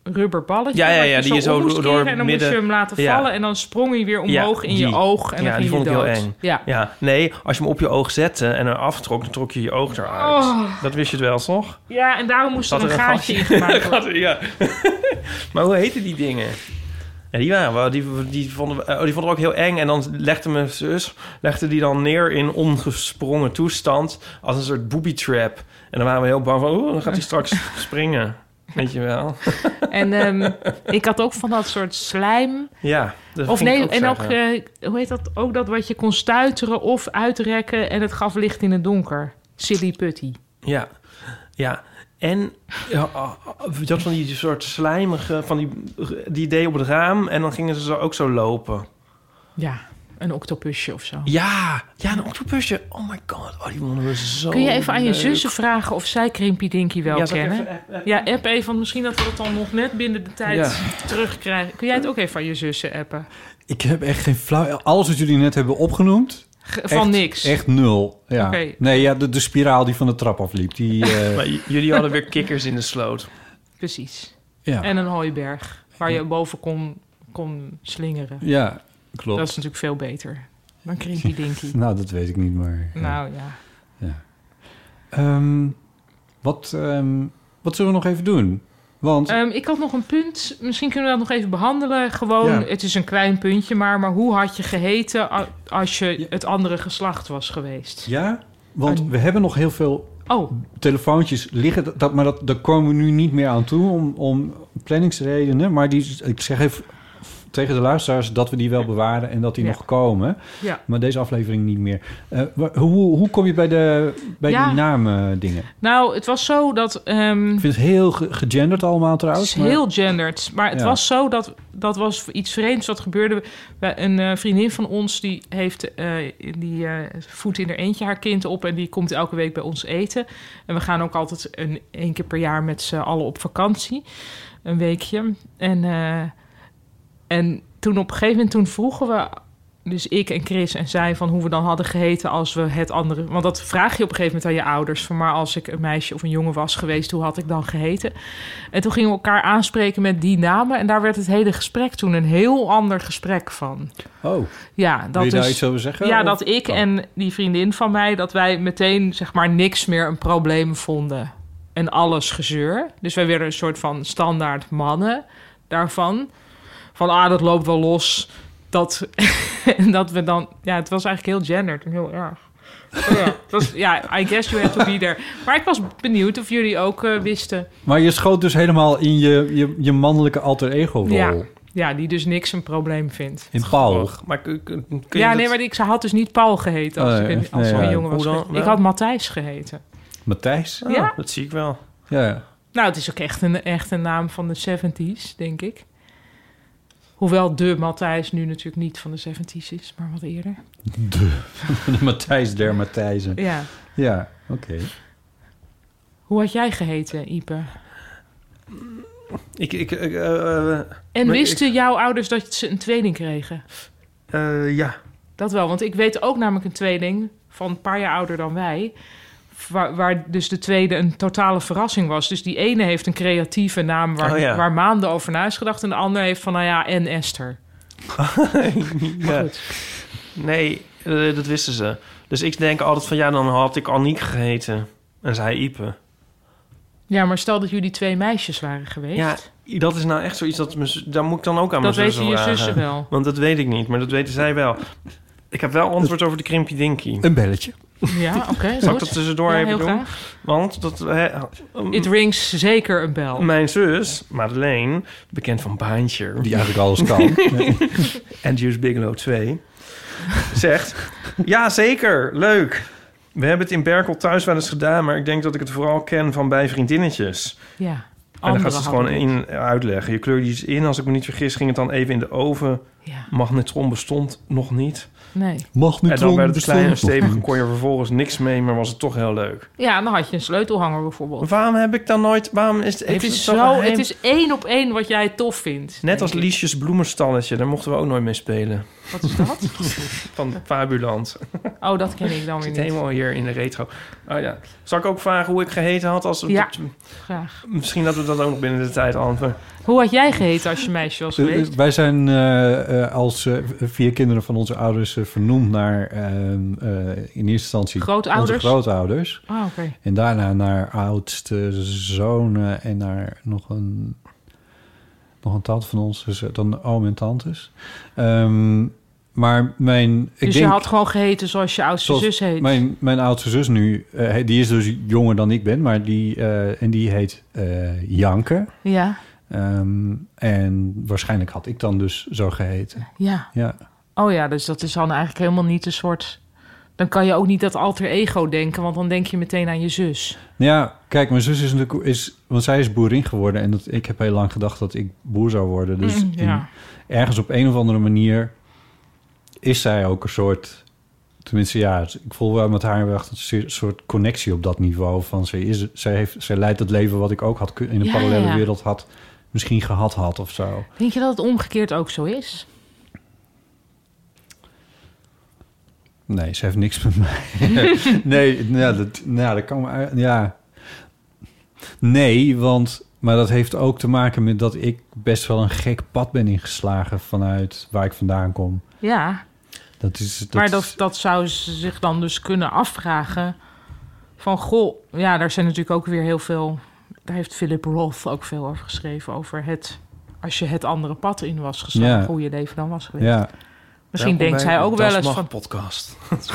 rubber balletje. Ja, ja, ja, wat die je zo om moest door keren en dan midden- moest je hem laten Ja. vallen... en dan sprong hij weer omhoog Ja, in je die. oog en Ja, dan die ging vond je ik dood. heel eng. Ja. Ja, nee, als je hem op je oog zette en er aftrok... dan trok je je oog eruit. Oh. Dat wist je het wel, toch? ja, en daarom moest er Zat een er een gaatje in gaatje? gemaakt worden. Ja. Maar hoe heten die dingen? Ja, die waren wel, die, die, vonden, we- oh, die vonden we ook heel eng. En dan legde mijn zus legde die dan neer in ongesprongen toestand... als een soort booby trap. En dan waren we heel bang van... oeh, dan gaat hij straks springen. Weet je wel? En um, ik had ook van dat soort slijm... Ja, dat Of ging ik nee, ook en ook, zeggen. uh, hoe heet dat? Ook dat wat je kon stuiteren of uitrekken... en het gaf licht in het donker. Silly putty. Ja, ja. En ja, dat van die soort slijmige... van die, die deed op het raam... en dan gingen ze zo ook zo lopen. Ja, een octopusje of zo. Ja, ja, een octopusje. Oh my god, oh, die vonden we zo Kun je even aan je leuk. zussen vragen of zij Krimpy Dinky wel Ja, zal ik kennen? even- even- Ja, app even, want misschien dat we dat dan nog net binnen de tijd Ja. terugkrijgen. Kun jij het ook even aan je zussen appen? Ik heb echt geen flauw... Alles wat jullie net hebben opgenoemd... Ge- van echt, niks. Echt nul. Ja. Oké. Nee, ja, de, de spiraal die van de trap afliep. Die, eh, Maar j- jullie hadden weer kikkers in de sloot. Precies. ja. En een hooiberg waar je boven kon, kon slingeren. ja, klopt. Dat is natuurlijk veel beter dan Krimpy Dinky. Nou, dat weet ik niet, maar... ja. Nou ja. Ehm, wat, ehm, wat zullen we nog even doen? Want... Um, ik had nog een punt. Misschien kunnen we dat nog even behandelen. Gewoon, Ja. het is een klein puntje, maar, maar hoe had je geheten a- als je het andere geslacht was geweest? ja, want Een- we hebben nog heel veel Oh, telefoontjes liggen. Dat, maar dat, daar komen we nu niet meer aan toe om, om planningsredenen. Maar die, ik zeg even tegen de luisteraars dat we die wel bewaren en dat die Ja. nog komen. ja. Maar deze aflevering niet meer. Eh, wa- hoe, hoe kom je bij, de, bij Ja. die namen dingen? Nou, het was zo dat... um, Ik vind het heel ge- gegenderd allemaal het trouwens. is maar- heel gendered. Maar het Ja. was zo dat... Dat was iets vreemds wat gebeurde. Bij een eh, vriendin van ons, die heeft... eh, die eh, voedt in haar eentje haar kind op... en die komt elke week bij ons eten. En we gaan ook altijd een, één keer per jaar met z'n allen op vakantie. Een weekje. En... eh, En toen op een gegeven moment toen vroegen we, dus ik en Chris en zij, van hoe we dan hadden geheten als we het andere. Want dat vraag je op een gegeven moment aan je ouders. Van maar als ik een meisje of een jongen was geweest, hoe had ik dan geheten? En toen gingen we elkaar aanspreken met die namen. En daar werd het hele gesprek toen een heel ander gesprek van. Oh, Ja, dat wil je daar is. iets over zeggen? Ja, Of- dat ik Oh. en die vriendin van mij, dat wij meteen zeg maar niks meer een probleem vonden. En alles gezeur. Dus wij werden een soort van standaard mannen daarvan. Van, ah, dat loopt wel los. Dat, en dat we dan... Ja, het was eigenlijk heel gendered en heel erg. Ja, het was, ja, I guess you have to be there. Maar ik was benieuwd of jullie ook uh, wisten. Maar je schoot dus helemaal in je, je, je mannelijke alter ego rol. Ja, ja, die dus niks een probleem vindt. In Paul. Och, maar kun, kun, kun je Ja, dat- nee, maar ik, ze had dus niet Paul geheten als, Oh, nee, ik, als nee, ik een ja. jongen was. Hoe dan geweest. Ik wel? had Matthijs geheten. Matthijs? Oh, Ja? dat zie ik wel. Ja, ja. Nou, het is ook echt een, echt een naam van de zeventies, denk ik. Hoewel de Matthijs nu natuurlijk niet van de zeventies is, maar wat eerder. De, de Matthijs der Matthijzen. Ja. Ja, oké. Hoe had jij geheten, Ipe? Ik, ik, ik, eh, eh, En maar wisten jouw ouders dat ze een tweeling kregen? eh, ja. Dat wel, want ik weet ook namelijk een tweeling van een paar jaar ouder dan wij. Waar, waar dus de tweede een totale verrassing was. Dus die ene heeft een creatieve naam waar, Oh ja. waar maanden over na is gedacht. En de ander heeft van, nou ja, en Esther. Maar Ja. goed. Nee, eh, dat wisten ze. Dus ik denk altijd van, ja, dan had ik Aniek geheten. En zij Ipe. Ja, maar stel dat jullie twee meisjes waren geweest. Ja, dat is nou echt zoiets dat... mijn zus- daar moet ik dan ook aan dat mijn zussen weten je vragen. zussen wel. Want dat weet ik niet, maar dat weten zij wel. Ik heb wel antwoord over de Krimpy Dinky. Een belletje. Ja, oké. Okay, Zal ik dat tussendoor ja, even heel doen? graag. Want dat... hè, It rings zeker een bel. mijn zus, Madeleine, bekend van Baantje... Die eigenlijk alles kan. en Juice Bigelow twee, zegt... Ja, zeker. Leuk. We hebben het in Berkel thuis wel eens gedaan... maar ik denk dat ik het vooral ken van bij vriendinnetjes. Ja. En dan gaat ze het gewoon hadden het. in uitleggen. Je kleurde iets in. Als ik me niet vergis, ging het dan even in de oven Ja. Magnetron bestond nog niet. Nee. Magnetron en dan werd het klein en bestond nog stevig, niet. kon je vervolgens niks mee, maar was het toch heel leuk. Ja, dan had je een sleutelhanger bijvoorbeeld. Waarom heb ik dan nooit... Waarom is het, Het heeft is, toch zo, een geheim? het is één op één wat jij tof vindt. Net als denk ik. Liesjes bloemenstalletje, daar mochten we ook nooit mee spelen. Wat is dat? Van Fabuland. Oh, dat ken ik dan weer Zit niet. helemaal hier in de retro. Oh ja. Zal ik ook vragen hoe ik geheten had? Als Ja, dat- graag. Misschien dat we dat ook nog binnen de tijd antwoorden. Hoe had jij geheten als je meisje was Uh, geweest? wij zijn uh, uh, als uh, vier kinderen van onze ouders uh, vernoemd naar uh, uh, in eerste instantie Grootouders? onze grootouders. Ah, oké. Okay. En daarna naar oudste zonen en naar nog een, nog een tante van ons, dus dan oom en tantes. Um, maar mijn... Dus ik je denk, had gewoon geheten zoals je oudste zoals zus heet? Mijn, mijn oudste zus nu, uh, die is dus jonger dan ik ben, maar die, uh, en die heet uh, Janke. Ja. Um, en waarschijnlijk had ik dan dus zo geheten. Ja. Ja. Oh ja, dus dat is dan eigenlijk helemaal niet een soort... Dan kan je ook niet dat alter ego denken, want dan denk je meteen aan je zus. Ja, kijk, mijn zus is natuurlijk... Is, want zij is boerin geworden en dat, ik heb heel lang gedacht dat ik boer zou worden. Dus Mm, ja. in, ergens op een of andere manier is zij ook een soort... Tenminste, ja, ik voel wel met haar echt een soort connectie op dat niveau. Van zij, is, zij, heeft, zij leidt het leven wat ik ook had in een Ja, parallele ja. wereld had... misschien gehad had of zo. Denk je dat het omgekeerd ook zo is? Nee, ze heeft niks met mij. nee, ja, dat, nou, dat kan me... Ja. Nee, want... Maar dat heeft ook te maken met dat ik best wel een gek pad ben ingeslagen... vanuit waar ik vandaan kom. Ja, Dat is, dat maar dat, dat zou ze zich dan dus kunnen afvragen... van, goh, ja, daar zijn natuurlijk ook weer heel veel... Daar heeft Philip Roth ook veel over geschreven... over het, als je het andere pad in was geslagen... Ja. hoe je leven dan was geweest. Ja. Misschien Welkom denkt bij zij ook Das wel eens Mag van... podcast.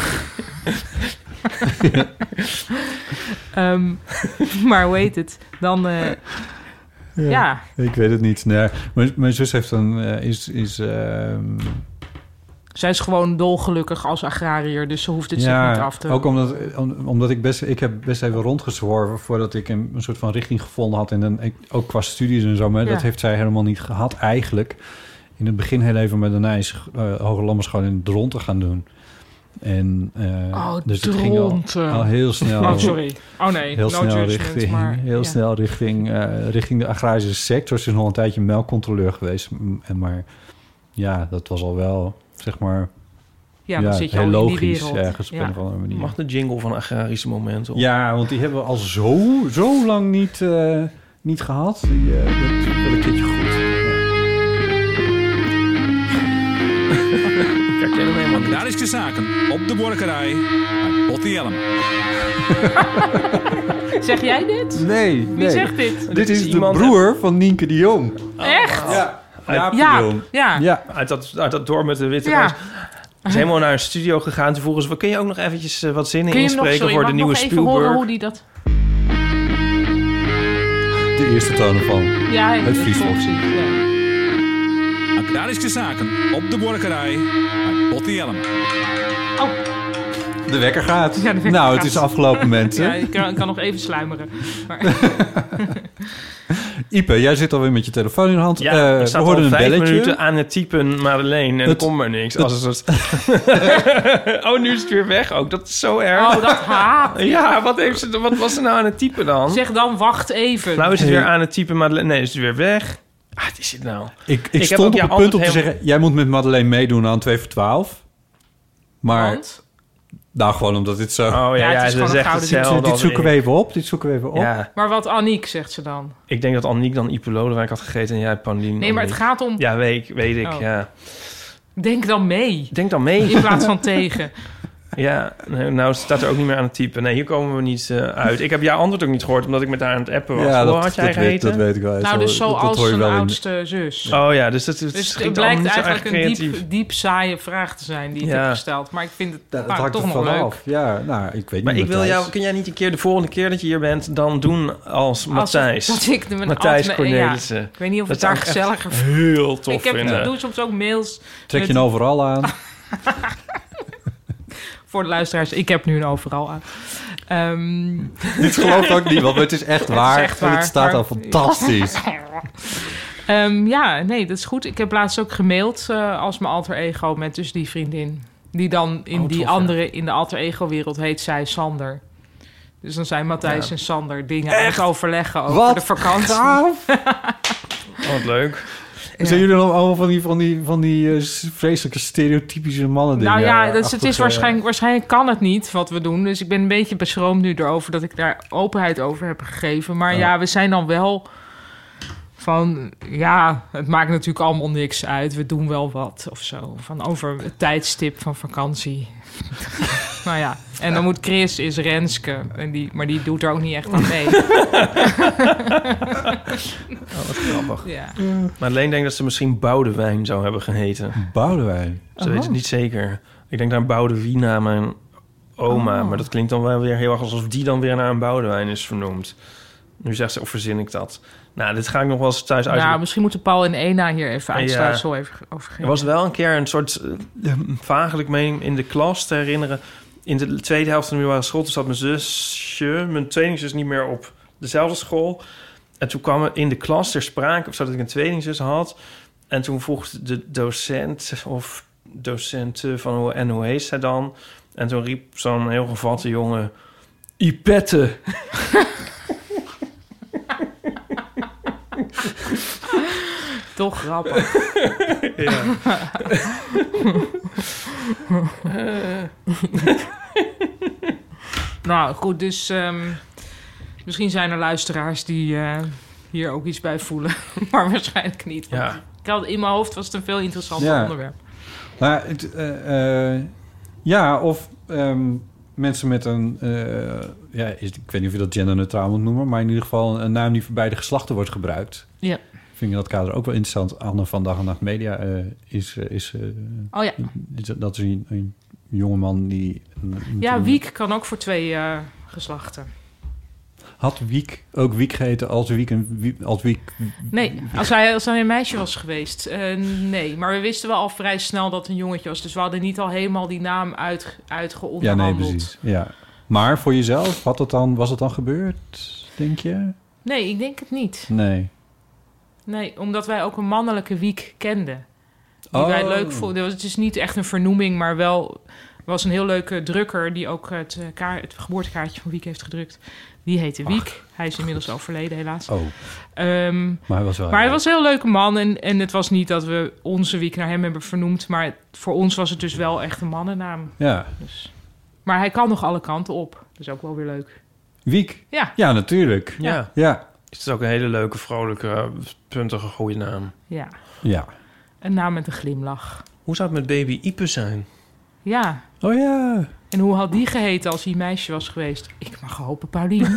um, maar hoe heet het? Dan, uh, ja. ja. Ik weet het niet. Nee. Mijn, mijn zus heeft een... Uh, is... is uh, Zij is gewoon dolgelukkig als agrariër, dus ze hoeft het ja, zich niet af te... ook omdat, om, omdat ik best... Ik heb best even rondgezworven voordat ik een, een soort van richting gevonden had. En dan, ik, ook qua studies en zo, maar Ja. dat heeft zij helemaal niet gehad eigenlijk. In het begin heel even met de Nijs uh, Hoge Lammerschool in Dronten gaan doen. En, uh, oh, dus het ging al, Dronten. al heel snel... Oh, sorry. Oh nee, heel no snel judgment, richting, maar... heel ja. snel richting, uh, richting de agrarische sector. Ze is nog een tijdje melkcontroleur geweest. En maar ja, dat was al wel, zeg maar... Ja, dan zit je heel al logisch in die wereld. ergens op Ja. een of andere manier. Mag de jingle van agrarische momenten op? Ja, want die hebben we al zo, zo lang niet, uh, niet gehad. Die, uh, dat is wel een keertje goed. Ik herken hem helemaal niet. Agrarische zaken op de Borgerij bij Botti Elm. Zeg jij dit? Nee, Wie nee. zegt dit? Dit is de iemand- broer van Nienke de Jong. Echt? Ja, Jaap Ja, de Jong. ja. Ja. Uit dat, uit dat dorp met de witte Ja. huis. Is helemaal naar een studio gegaan. Toen vroegen ze, kun je ook nog eventjes uh, wat zinnen Kun je hem nog, inspreken sorry, voor mag de ik nieuwe nog even horen Spielberg? hoe die dat... De eerste tonen van Ja, hij het heeft Friesland. volkslied, ja. Agrarische zaken op de Borgerij bij Botti Elm. Oh, De wekker gaat. Ja, de wekker nou, gaat. het is afgelopen mensen. ja, ik kan, ik kan nog even sluimeren. Maar, Ipe, jij zit alweer met je telefoon in de hand. Ja, Uh, ik sta we al hoorden een vijf belletje. minuten aan het typen Madeleine en Het- er komt maar niks. Als een soort... oh, nu is het weer weg ook. Dat is zo erg. oh, dat haat. Ja, wat, heeft ze, wat was ze nou aan het typen dan? Zeg dan, wacht even. Nou is het Hey. weer aan het typen Madeleine. Nee, is het weer weg. Ah, wat is dit nou? Ik, ik, Ik heb stond ook op jouw het punt om te antwoord zeggen... jij moet met Madeleine meedoen aan twee voor twaalf. Maar, Want? nou gewoon omdat dit zo... Oh ja, Ja, het ja, is ze gewoon een zegt gouden hetzelfde dit als zoeken we ik. even op. Dit zoeken we even op. Ja, Maar wat Aniek zegt ze dan? ik denk dat Anniek dan Ipe Lodewijk had gegeten en jij Pauline. Nee, maar het Anniek. gaat om... Ja, weet, ik- weet ik, Oh. ja. Denk dan mee. Denk dan mee. In plaats van tegen. Ja, nee, nou staat er ook niet meer aan het typen. Nee, hier komen we niet uh, uit. Ik heb jouw antwoord ook niet gehoord, omdat ik met haar aan het appen was. Ja, Hoe dat, had jij dat, weet, geheten? dat weet ik wel. Nou, Zo, dus dat- dat zoals hoor je een wel in- oudste zus. Oh ja, dus dat, dat Dus schiet het allemaal blijkt niet zo eigenlijk erg een creatief. diep, diep saaie vraag te zijn die ik Ja. heb gesteld. Maar ik vind het Ja, dat nou, hangt toch er nog leuk. vanaf. Ja, nou, ik weet niet. Maar ik wil Matthijs. jou, kun jij niet een keer de volgende keer dat je hier bent, dan doen als Als- Matthijs? Dat ik de, mijn Matthijs alterne- Cornelissen. Ja, ik weet niet of Dat het daar zou ik echt gezelliger vindt. Heel tof Ik heb, vinden. doe soms ook mails Trek je met- een overal aan. voor de luisteraars. Ik heb nu een overal aan. Ehm, Dit gelooft ook niet, want het is echt waar. echt En waar, het staat maar- al fantastisch. Um, ja, nee, dat is goed. Ik heb laatst ook gemaild uh, als mijn alter ego met dus die vriendin. Die dan in oh, die tof, andere, ja. in de alter ego wereld heet zij Sander. Dus dan zijn Matthijs ja. en Sander dingen aan het overleggen over Wat de vakantie. gaaf. Oh, wat leuk. Ja. Zijn jullie dan allemaal van die, van die, van die uh, vreselijke stereotypische mannen dingen? Nou ja, dus het is achtige... waarschijnlijk, waarschijnlijk kan het niet wat we doen. Dus ik ben een beetje beschroomd nu erover dat ik daar openheid over heb gegeven. Maar oh. ja, we zijn dan wel van, ja, het maakt natuurlijk allemaal niks uit. We doen wel wat of zo. Van over het tijdstip van vakantie. Nou ja, en dan moet Chris is Renske. En die, maar die doet er ook niet echt aan mee. Oh, wat grappig. Ja. Maar alleen denk dat ze misschien Boudewijn zou hebben geheten. Boudewijn? Ze weet het niet zeker. Ik denk naar Boudewijn, naar mijn oma. Oh. Maar dat klinkt dan wel weer heel erg alsof die dan weer naar een Boudewijn is vernoemd. Nu zegt ze, of verzin ik dat? Nou, dit ga ik nog wel eens thuis uit. Nou, misschien moeten Paul en Ena hier even uitsluitsel ja. even over geven. Er was wel een keer een soort uh, vagelijk mening in de klas te herinneren. In de tweede helft van de middelbare school, toen zat mijn zusje, mijn tweelingzus, niet meer op dezelfde school. En toen kwam er in de klas ter sprake, of zo, dat ik een tweelingzus had. En toen vroeg de docent of docenten van hoe, en hoe heet zij dan? En toen riep zo'n heel gevatte jongen, Ipette. Toch grappig. Ja. uh. Nou, goed, dus um, misschien zijn er luisteraars die uh, hier ook iets bij voelen. Maar waarschijnlijk niet. Ja. Ik had, in mijn hoofd was het een veel interessanter ja. onderwerp. Maar het, uh, uh, ja, of um, mensen met een... Uh, ja, is, ik weet niet of je dat genderneutraal moet noemen, maar in ieder geval een naam die voor beide geslachten wordt gebruikt. Ja. Vind ik in dat kader ook wel interessant. Anne van Dag en Nacht Media uh, is... Uh, is uh, oh ja. Is, dat is een, een jongeman die... Ja, Wiek kan ook voor twee uh, geslachten. Had Wiek ook Wiek geheten als Wiek een als Wiek? Nee, als hij, als hij een meisje was geweest. Uh, nee, maar we wisten wel al vrij snel dat het een jongetje was. Dus we hadden niet al helemaal die naam uit, uitgeonderhandeld. Ja, nee, precies. Ja. Maar voor jezelf, had het dan, was het dan gebeurd, denk je? Nee, ik denk het niet. Nee. Nee, omdat wij ook een mannelijke Wiek kenden. Die oh. wij leuk vonden. Het is niet echt een vernoeming, maar wel... was een heel leuke drukker die ook het, uh, kaart, het geboortekaartje van Wiek heeft gedrukt. Die heette Wiek. Ach, hij is inmiddels goed. overleden, helaas. Oh. Um, maar hij was wel... Maar hij was een heel leuke man. En, en het was niet dat we onze Wiek naar hem hebben vernoemd. Maar het, voor ons was het dus wel echt een mannennaam. Ja. Dus. Maar hij kan nog alle kanten op. Dat is ook wel weer leuk. Wiek? Ja. Ja, natuurlijk. Ja. ja. ja. Het is ook een hele leuke, vrolijke, puntige, goede naam. Ja. Ja. Een naam met een glimlach. Hoe zou het met baby Ipe zijn? Ja. Oh ja. En hoe had die geheten als hij meisje was geweest? Ik mag hopen, Paulien.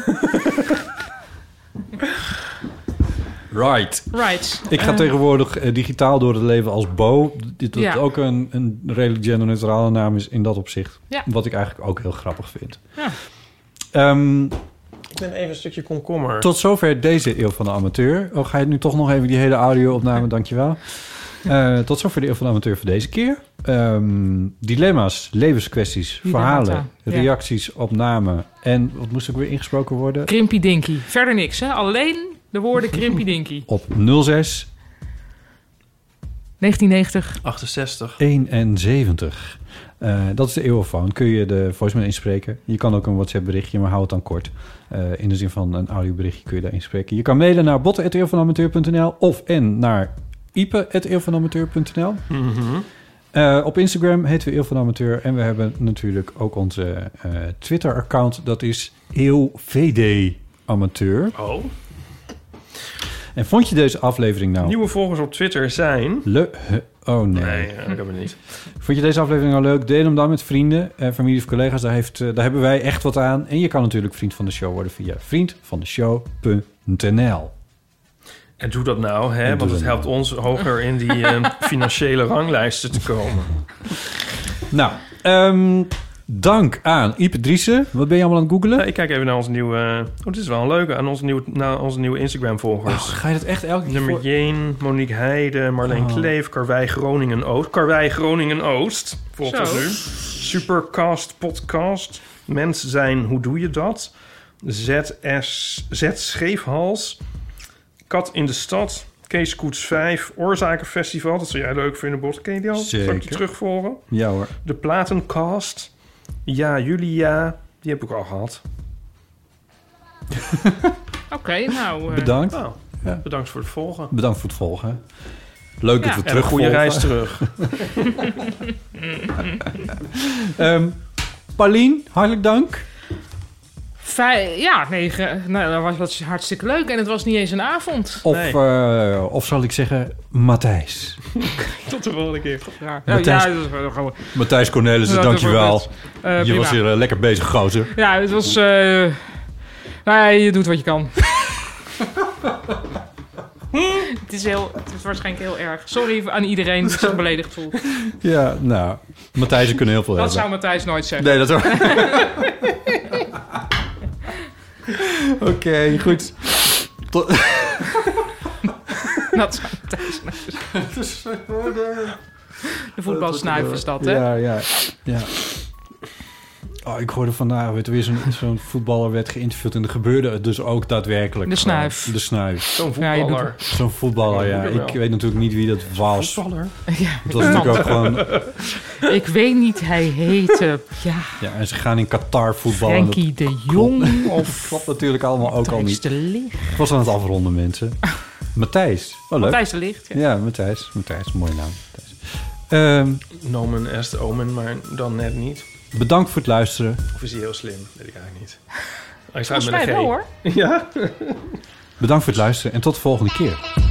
Right. Right. Ik ga uh, tegenwoordig uh, digitaal door het leven als Bo. Dit dat ja. ook een, een redelijk genderneutrale naam is in dat opzicht. Ja. Wat ik eigenlijk ook heel grappig vind. Ja. Um, ik ben even een stukje komkommer. Tot zover deze Eeuw van de Amateur. Oh, ga je nu toch nog even die hele audio-opname? Dankjewel. Uh, tot zover de Eeuw van de Amateur voor deze keer. Um, dilemma's, levenskwesties, Dilemma, verhalen, ja. reacties op namen. En wat moest ook weer ingesproken worden? Krimpy Dinky. Verder niks, hè? Alleen de woorden Krimpy Dinky. Op nul zes negentien negentig achtenzestig eenenzeventig. Uh, dat is de eeuwofoon. Kun je de voicemail inspreken. Je kan ook een WhatsApp berichtje, maar hou het dan kort. Uh, in de zin van een audioberichtje kun je daar inspreken. Je kan mailen naar botten at eeuwvanamateur punt n l of en naar ipe at eeuwvanamateur punt n l. Mm-hmm. Uh, op Instagram heten we Eeuw van Amateur. En we hebben natuurlijk ook onze uh, Twitter-account. Dat is Eeuw V D Amateur. Oh. En vond je deze aflevering nou... Nieuwe volgers op Twitter zijn... Le... Oh nee. Nee, ik heb het niet. Vond je deze aflevering nou leuk? Deel hem dan met vrienden, uh, familie of collega's. Daar, heeft, uh, daar hebben wij echt wat aan. En je kan natuurlijk vriend van de show worden via vriend van de show punt n l. En doe dat nou, hè? Want het helpt nou. ons hoger in die uh, financiële ranglijsten te komen. Nou, um, dank aan Ipe Driessen. Wat ben je allemaal aan het googelen? Ja, ik kijk even naar onze nieuwe... Oh, dit is wel een leuke. Aan onze nieuwe, naar onze nieuwe Instagram-volgers. Oh, ga je dat echt elke keer Nummer voor... Jeen, Monique Heijden, Marleen oh. Kleef, Karwei Groningen-Oost. Karwei Groningen-Oost, volgt ons nu. Supercast Podcast. Mens zijn, hoe doe je dat? Z S Z Scheefhals. Kat in de stad. K Kees Koets vijf, Oorzakenfestival. Dat zou jij leuk vinden, Bot. Ken je die al? Zal ik die Zeker. terugvolgen? Ja hoor. De Platencast. Ja, Julia. Die heb ik al gehad. Oké, okay, nou... Uh, Bedankt. Nou, ja. Bedankt voor het volgen. Bedankt voor het volgen. Leuk ja. dat we en terug een goede volgen. reis terug. um, Paulien, hartelijk dank. Vij- ja, nee, ge- nou, dat was, was hartstikke leuk. En het was niet eens een avond. Of, Nee. uh, of zal ik zeggen, Matthijs. Tot de volgende keer. Ja, Matthijs- ja, dat is wel gewoon... Matthijs Cornelissen, Ja, dankjewel. Uh, je prima. was weer uh, lekker bezig, gozer. Ja, het was... Uh, nou ja, je doet wat je kan. Het is, heel, het is waarschijnlijk heel erg. Sorry aan iedereen die zich beledigd voelt. Ja, nou, Matthijs kunnen heel veel Dat hebben. zou Matthijs nooit zeggen. Nee, dat hoor. Oké, okay, goed. Tot... Dat zou Matthijs nooit zeggen. De voetbalsnuif is dat, hè? Ja, ja, ja. Oh, ik hoorde vandaag, weet je, weer zo'n, zo'n voetballer werd geïnterviewd en er gebeurde het dus ook daadwerkelijk. De snuif. Gewoon, de snuif. Zo'n Ja, voetballer. je Zo'n voetballer, ja. Ja, Ik weet natuurlijk niet wie dat was. Voetballer. Ja, Het was natuurlijk ook gewoon... ik weet niet, hij heette... Ja, Ja, en ze gaan in Qatar voetballen. Frenkie de Jong Of klopt natuurlijk allemaal ook al niet. Matthijs de Ligt. Ik was aan het afronden, mensen. Matthijs. Oh, leuk. Matthijs de Ligt, ja. Ja, Matthijs. Matthijs, mooie naam. Matthijs. Um, Nomen est omen, maar dan net niet. bedankt voor het luisteren. Of is hij heel slim? Weet ik eigenlijk niet. Hij Volgens staat met mij een G. wel, hoor. Ja? Bedankt voor het luisteren en tot de volgende keer.